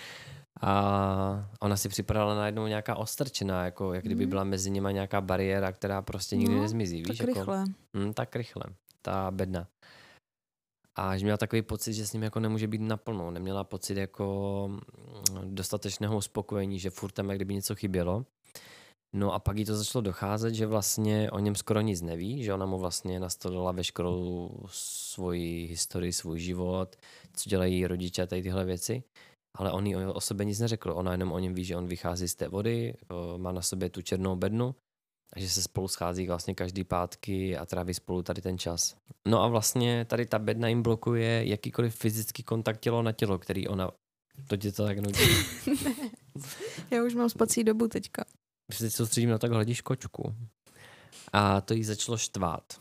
A ona si připadala najednou nějaká ostrčená, jako jak kdyby byla mezi nimi nějaká bariéra, která prostě nikdy no, nezmizí. Víš, tak jako, rychle. Hm, tak rychle, ta bedna. A že měla takový pocit, že s ním jako nemůže být naplno. Neměla pocit jako dostatečného uspokojení, že furt tam jak kdyby něco chybělo. No a pak jí to začalo docházet, že vlastně o něm skoro nic neví, že ona mu vlastně nastolila veškerou svoji historii, svůj život, co dělají rodiče a tady tyhle věci. Ale on jí o sobě nic neřekl. Ona jenom o něm ví, že on vychází z té vody, má na sobě tu černou bednu a že se spolu schází vlastně každý pátky a tráví spolu tady ten čas. No a vlastně tady ta bedna jim blokuje jakýkoliv fyzický kontakt tělo na tělo, který ona... To tě to tak nudí. Já už mám spací dobu teďka. Když se soustředím na tak hledíš kočku. A to jí začalo štvát.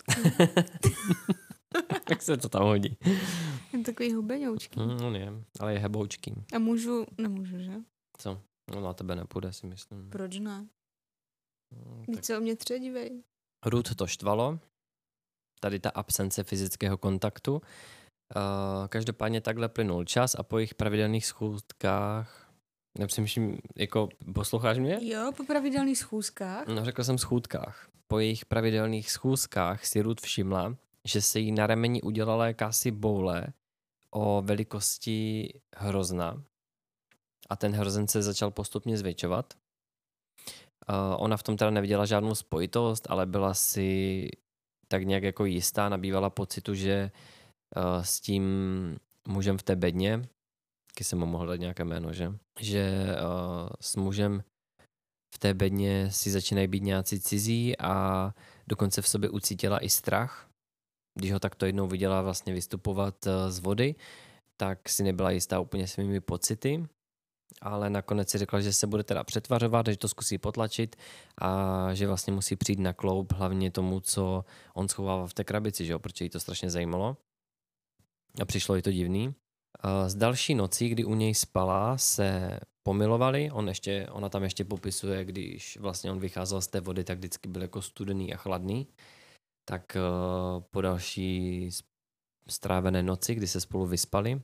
Jak se to tam hodí? Je takový hubeňoučký. Mm, on je, ale je heboučký. A můžu, nemůžu, že? Co? No na tebe nepůjde, si myslím. Proč ne? No, Víc se o mě třeba dívej. Ruth to štvalo. Tady ta absence fyzického kontaktu. Uh, každopádně takhle plynul čas a po jejich pravidelných schůzkách, nepřemýšlím, jako posloucháš mě? Jo, po pravidelných schůzkách. No, řekl jsem schůzkách. Po jejich pravidelných schůzkách si Ruth všimla, že se jí na rameni udělala jakási boule o velikosti hrozna a ten hrozen se začal postupně zvětšovat. Uh, ona v tom teda neviděla žádnou spojitost, ale byla si tak nějak jako jistá, nabývala pocitu, že uh, s tím mužem v té bedně, taky jsem mu mohl dát nějaké jméno, že, že uh, s mužem v té bedně si začínají být nějací cizí a dokonce v sobě ucítila i strach. Když ho takto jednou viděla vlastně vystupovat z vody, tak si nebyla jistá úplně svými pocity, ale nakonec si řekla, že se bude teda přetvařovat, že to zkusí potlačit a že vlastně musí přijít na kloub hlavně tomu, co on schovával v té krabici, že jo, protože jí to strašně zajímalo a přišlo jí to divný. Z další noci, kdy u něj spala, se pomilovali, on ještě, ona tam ještě popisuje, když vlastně on vycházel z té vody, tak vždycky byl jako studený a chladný. Tak uh, po další strávené noci, kdy se spolu vyspali,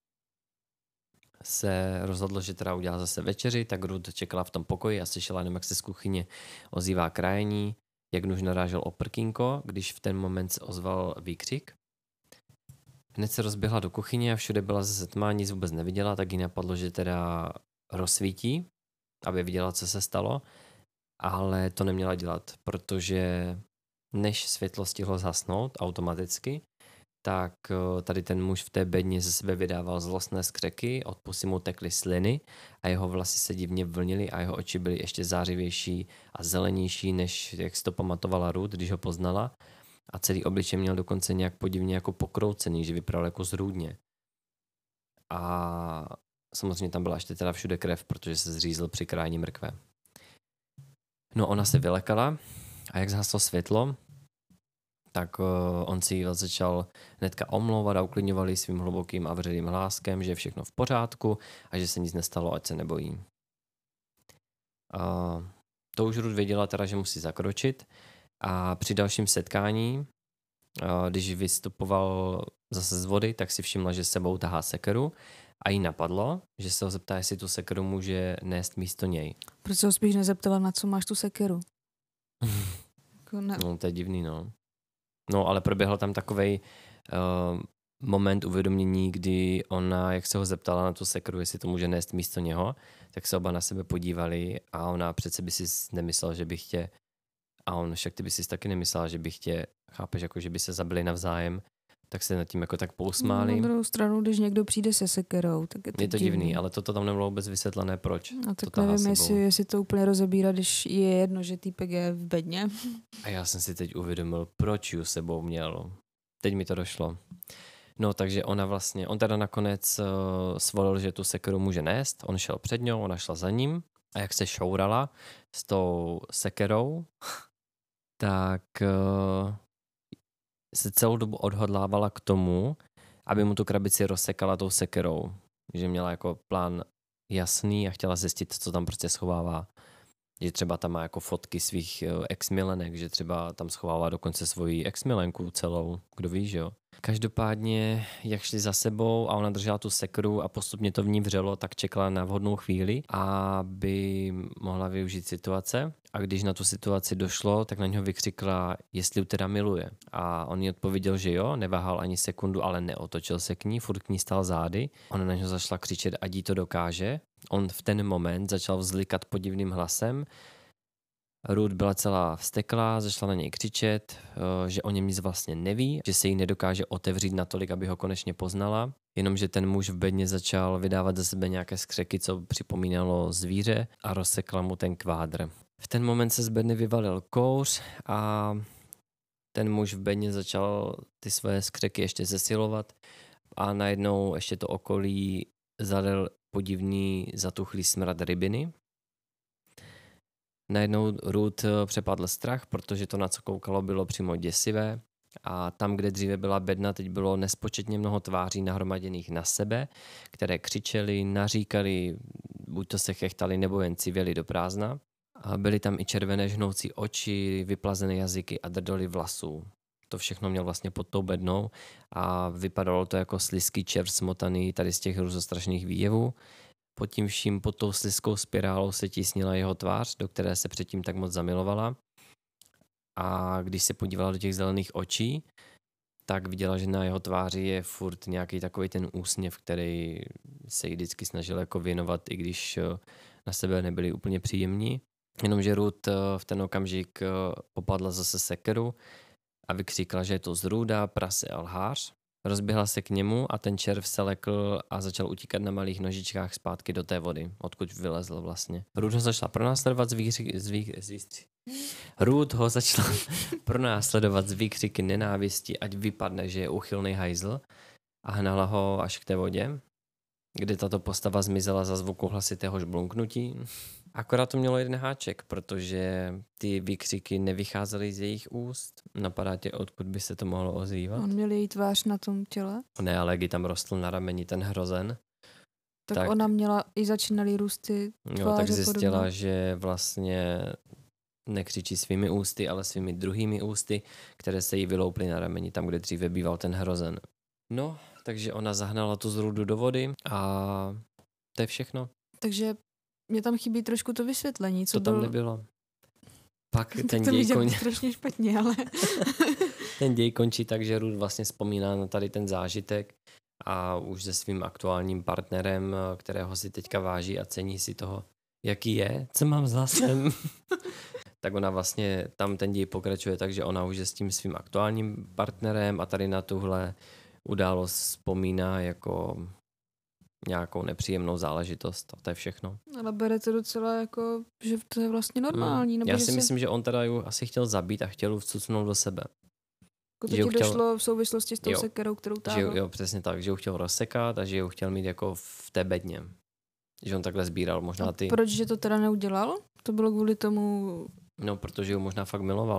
se rozhodlo, že teda udělá zase večeři, tak Ruth čekala v tom pokoji a slyšela jenom, jak se z kuchyně ozývá krájení, jak nůž narážel o prkínko, když v ten moment se ozval výkřik. Hned se rozběhla do kuchyně a všude byla zase tma, nic vůbec neviděla, tak jí napadlo, že teda rozsvítí, aby viděla, co se stalo, ale to neměla dělat, protože než světlo stihlo zhasnout automaticky, tak tady ten muž v té bedně ze sebe vydával zlostné skřeky, od pusy mu tekly sliny a jeho vlasy se divně vlnily a jeho oči byly ještě zářivější a zelenější, než jak si to pamatovala Ruth, když ho poznala. A celý obličej měl dokonce nějak podivně jako pokroucený, že vypadal jako zrůdně. A samozřejmě tam byla ještě teda všude krev, protože se zřízl při krájení mrkve. No ona se vylekala a jak zhaslo světlo, tak uh, on si ji začal hnedka omlouvat a uklidňoval ji svým hlubokým a vřelým hláskem, že je všechno v pořádku a že se nic nestalo, ať se nebojí. Uh, to už Ruth věděla teda, že musí zakročit a při dalším setkání, uh, když vystupoval zase z vody, tak si všimla, že s sebou tahá sekeru a jí napadlo, že se ho zeptá, jestli tu sekeru může nést místo něj. Proč se ho spíš nezeptala, na co máš tu sekeru? Jako ne. No, to je divný, no. No, ale proběhl tam takovej uh, moment uvědomění, kdy ona, jak se ho zeptala na tu sekeru, jestli to může nést místo něho, tak se oba na sebe podívali a ona přece by si nemyslela, že bych tě, a on však ty by si taky nemyslela, že bych tě, chápeš, jako že by se zabili navzájem, tak se nad tím jako tak pousmáli. Na druhou stranu, když někdo přijde se sekerou, tak je to, je to divný. divný, ale to toto tam nebylo vůbec vysvětlené, proč. A tak nevím, jestli, jestli to úplně rozebírá, když je jedno, že týpek je v bedně. A já jsem si teď uvědomil, proč ju sebou měl. Teď mi to došlo. No, takže ona vlastně, on teda nakonec uh, svolil, že tu sekeru může nést, on šel před ňou, ona šla za ním a jak se šourala s tou sekerou, tak uh, se celou dobu odhodlávala k tomu, aby mu tu krabici rozsekala tou sekerou. Že měla jako plán jasný a chtěla zjistit, co tam prostě schovává. Že třeba tam má jako fotky svých ex-milenek, že třeba tam schovává dokonce svoji ex-milenku celou, kdo ví, že jo. Každopádně, jak šli za sebou a ona držela tu sekeru a postupně to v ní vřelo, tak čekala na vhodnou chvíli, aby mohla využít situace. A když na tu situaci došlo, tak na něho vykřikla, jestli ju teda miluje. A on jí odpověděl, že jo, neváhal ani sekundu, ale neotočil se k ní, furt k ní stál zády. Ona na něho zašla křičet, ať jí to dokáže. On v ten moment začal vzlikat podivným hlasem. Ruth byla celá vzteklá, začala na něj křičet, že o něm nic vlastně neví, že se jí nedokáže otevřít natolik, aby ho konečně poznala. Jenomže ten muž v bedně začal vydávat ze sebe nějaké skřeky, co připomínalo zvíře a rozsekla mu ten kvádr. V ten moment se z bedny vyvalil kouř a ten muž v bedně začal ty své skřeky ještě zesilovat a najednou ještě to okolí zalil podivný zatuchlý smrad rybiny. Najednou Ruth přepadl strach, protože to, na co koukalo, bylo přímo děsivé a tam, kde dříve byla bedna, teď bylo nespočetně mnoho tváří nahromaděných na sebe, které křičely, naříkali, buď to se chechtali, nebo jen civěli do prázdna. A byly tam i červené žnoucí oči, vyplazené jazyky a drdoly vlasů. To všechno měl vlastně pod tou bednou a vypadalo to jako slizký červ smotaný tady z těch hruzostrašných výjevů. Pod tím vším, pod tou slizkou spirálou se tísnila jeho tvář, do které se předtím tak moc zamilovala. A když se podívala do těch zelených očí, tak viděla, že na jeho tváři je furt nějaký takový ten úsměv, který se jí vždycky snažil jako věnovat, i když na sebe nebyli úplně příjemní. Jenomže Ruth v ten okamžik popadla zase sekeru a vykříkla, že je to zrůda, prase a lhář. Rozběhla se k němu a ten červ se lekl a začal utíkat na malých nožičkách zpátky do té vody, odkud vylezl vlastně. Ruth ho začala pronásledovat z výkřiky, z výkřiky, z výkřiky. Ruth ho začala pronásledovat z výkřiky nenávisti, ať vypadne, že je úchylný hajzl, a hnala ho až k té vodě, kde tato postava zmizela za zvuku hlasitého žblunknutí. Akorát to mělo jeden háček, protože ty výkřiky nevycházely z jejich úst. Napadá tě, odkud by se to mohlo ozývat? On měl její tvář na tom těle? Ne, ale jak tam rostl na rameni ten hrozen. Tak, tak ona měla, i začínaly růsty tváře. Jo, tak zjistila, podobně. že vlastně nekřičí svými ústy, ale svými druhými ústy, které se jí vylouply na rameni, tam, kde dříve býval ten hrozen. No, takže ona zahnala tu zrůdu do vody a to je všechno. Takže mě tam chybí trošku to vysvětlení, co to tam byl... nebylo. Pak ten to děj končí strašně špatně, ale... ten děj končí tak, že Ruth vlastně vzpomíná na tady ten zážitek a už se svým aktuálním partnerem, kterého si teďka váží a cení si toho, jaký je, co mám s hlasem. Tak ona vlastně, tam ten děj pokračuje tak, že ona už je s tím svým aktuálním partnerem a tady na tuhle událost vzpomíná jako nějakou nepříjemnou záležitost a to je všechno. Ale bere to docela jako, že to je vlastně normální. Hmm. Nebo Já že si se... myslím, že on teda ju asi chtěl zabít a chtěl ju vcucnout do sebe. Jako to ti chtěl... došlo v souvislosti s tou jo. sekerou, kterou táhl. Jo, jo, přesně tak, že ju chtěl rozsekat a že ju chtěl mít jako v té bedně. Že on takhle sbíral možná ty... A proč, že to teda neudělal? To bylo kvůli tomu... No, protože ju možná fakt miloval.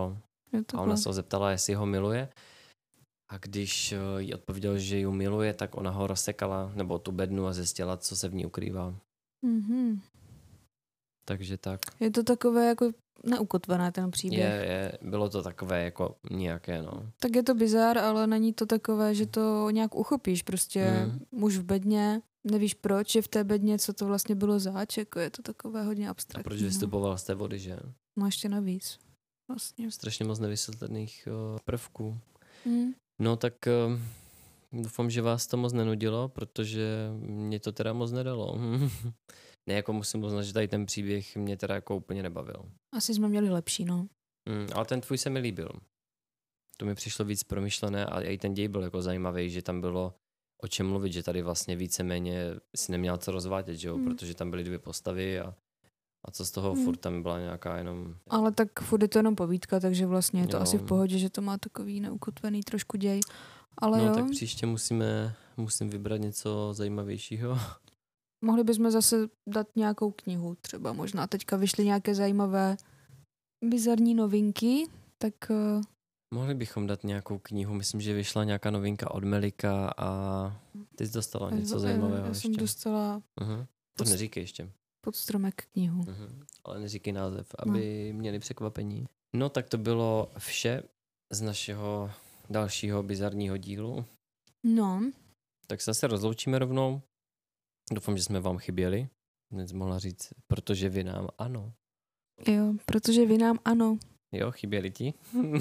A ona se ho zeptala, jestli ho miluje. A když jí odpověděl, že ji miluje, tak ona ho rozsekala, nebo tu bednu a zjistila, co se v ní ukrývá. Mm-hmm. Takže tak. Je to takové jako neukotvené ten příběh. Je, je, bylo to takové jako nějaké, no. Tak je to bizár, ale není to takové, že to nějak uchopíš. Prostě mm. muž v bedně, nevíš proč je v té bedně, co to vlastně bylo zač, jako je to takové hodně abstraktní. A proč vystupoval no. z té vody, že? No ještě navíc. Vlastně. Strašně moc nevysvětlených uh, prvků. Mm. No tak uh, doufám, že vás to moc nenudilo, protože mě to teda moc nedalo. Ne, jako musím uznat, že tady ten příběh mě teda jako úplně nebavil. Asi jsme měli lepší, no. Mm, ale ten tvůj se mi líbil. To mi přišlo víc promyšlené a i ten děj byl jako zajímavý, že tam bylo o čem mluvit, že tady vlastně víceméně si neměl co rozvádět, že jo, mm. protože tam byly dvě postavy a, a co z toho mm. furt tam byla nějaká jenom... Ale tak furt je to jenom povídka, takže vlastně je to jo. asi v pohodě, že to má takový neukotvený trošku děj. Ale no jo. tak příště musíme, musím vybrat něco zajímavějšího. Mohli bychom zase dát nějakou knihu, třeba možná teďka vyšly nějaké zajímavé bizarní novinky, tak... Uh... Mohli bychom dát nějakou knihu, myslím, že vyšla nějaká novinka od Melika a ty jsi dostala něco zajímavého. Já jsem ještě. dostala... Uh-huh. To pod... neříkej ještě. Pod stromek knihu. Uh-huh. Ale neříkej název, aby no. měli překvapení. No tak to bylo vše z našeho dalšího bizarního dílu. No. Tak se zase rozloučíme rovnou. Doufám, že jsme vám chyběli. Dnes mohla říct, protože vy nám ano. Jo, protože vy nám ano. Jo, chyběli ti?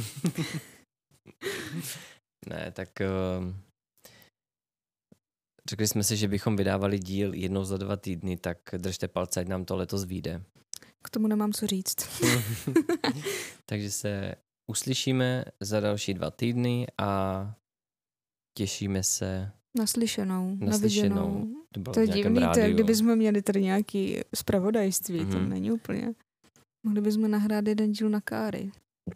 Ne, tak uh, řekli jsme si, že bychom vydávali díl jednou za dva týdny, tak držte palce, ať nám to letos vyjde. K tomu nemám co říct. Takže se uslyšíme za další dva týdny a těšíme se Naslyšenou, Naslyšenou. naviděnou. To, to je divný, to je, kdybychom měli tady nějaký zpravodajství, mm-hmm. to není úplně. Mohli bychom nahrát jeden díl na káry.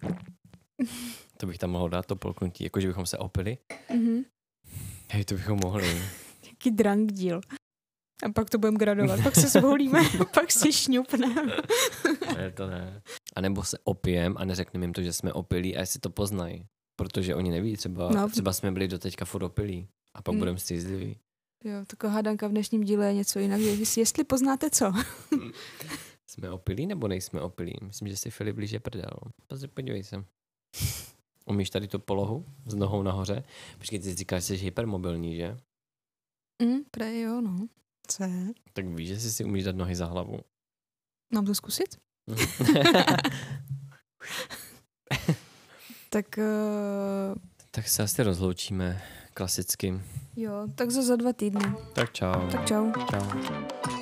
To bych tam mohl dát to polknutí, jakože bychom se opili. Mm-hmm. Hej, to bychom mohli. Jaký drunk díl. A pak to budeme gradovat, pak se zvolíme, pak si šňupneme. Ne, to ne. A nebo se opijem a neřekneme jim to, že jsme opilí a jestli to poznají. Protože oni neví, třeba, no. třeba jsme byli doteďka furt opilí. A pak mm. budeme střízliví. Jo, taková hádanka v dnešním díle je něco jinak. Jestli poznáte co? Jsme opilí nebo nejsme opilí? Myslím, že si Filip blíže prdel. Pozri, podívej se. Umíš tady tu polohu s nohou nahoře? Počkej, ty říkáš, že jsi hypermobilní, že? Mm, prej jo, no. Co je? Tak víš, že si si umíš dát nohy za hlavu. Mám to zkusit? tak... Uh... Tak se asi rozloučíme klasicky. Jo, tak za, za dva týdny. Tak čau. Tak čau. Čau.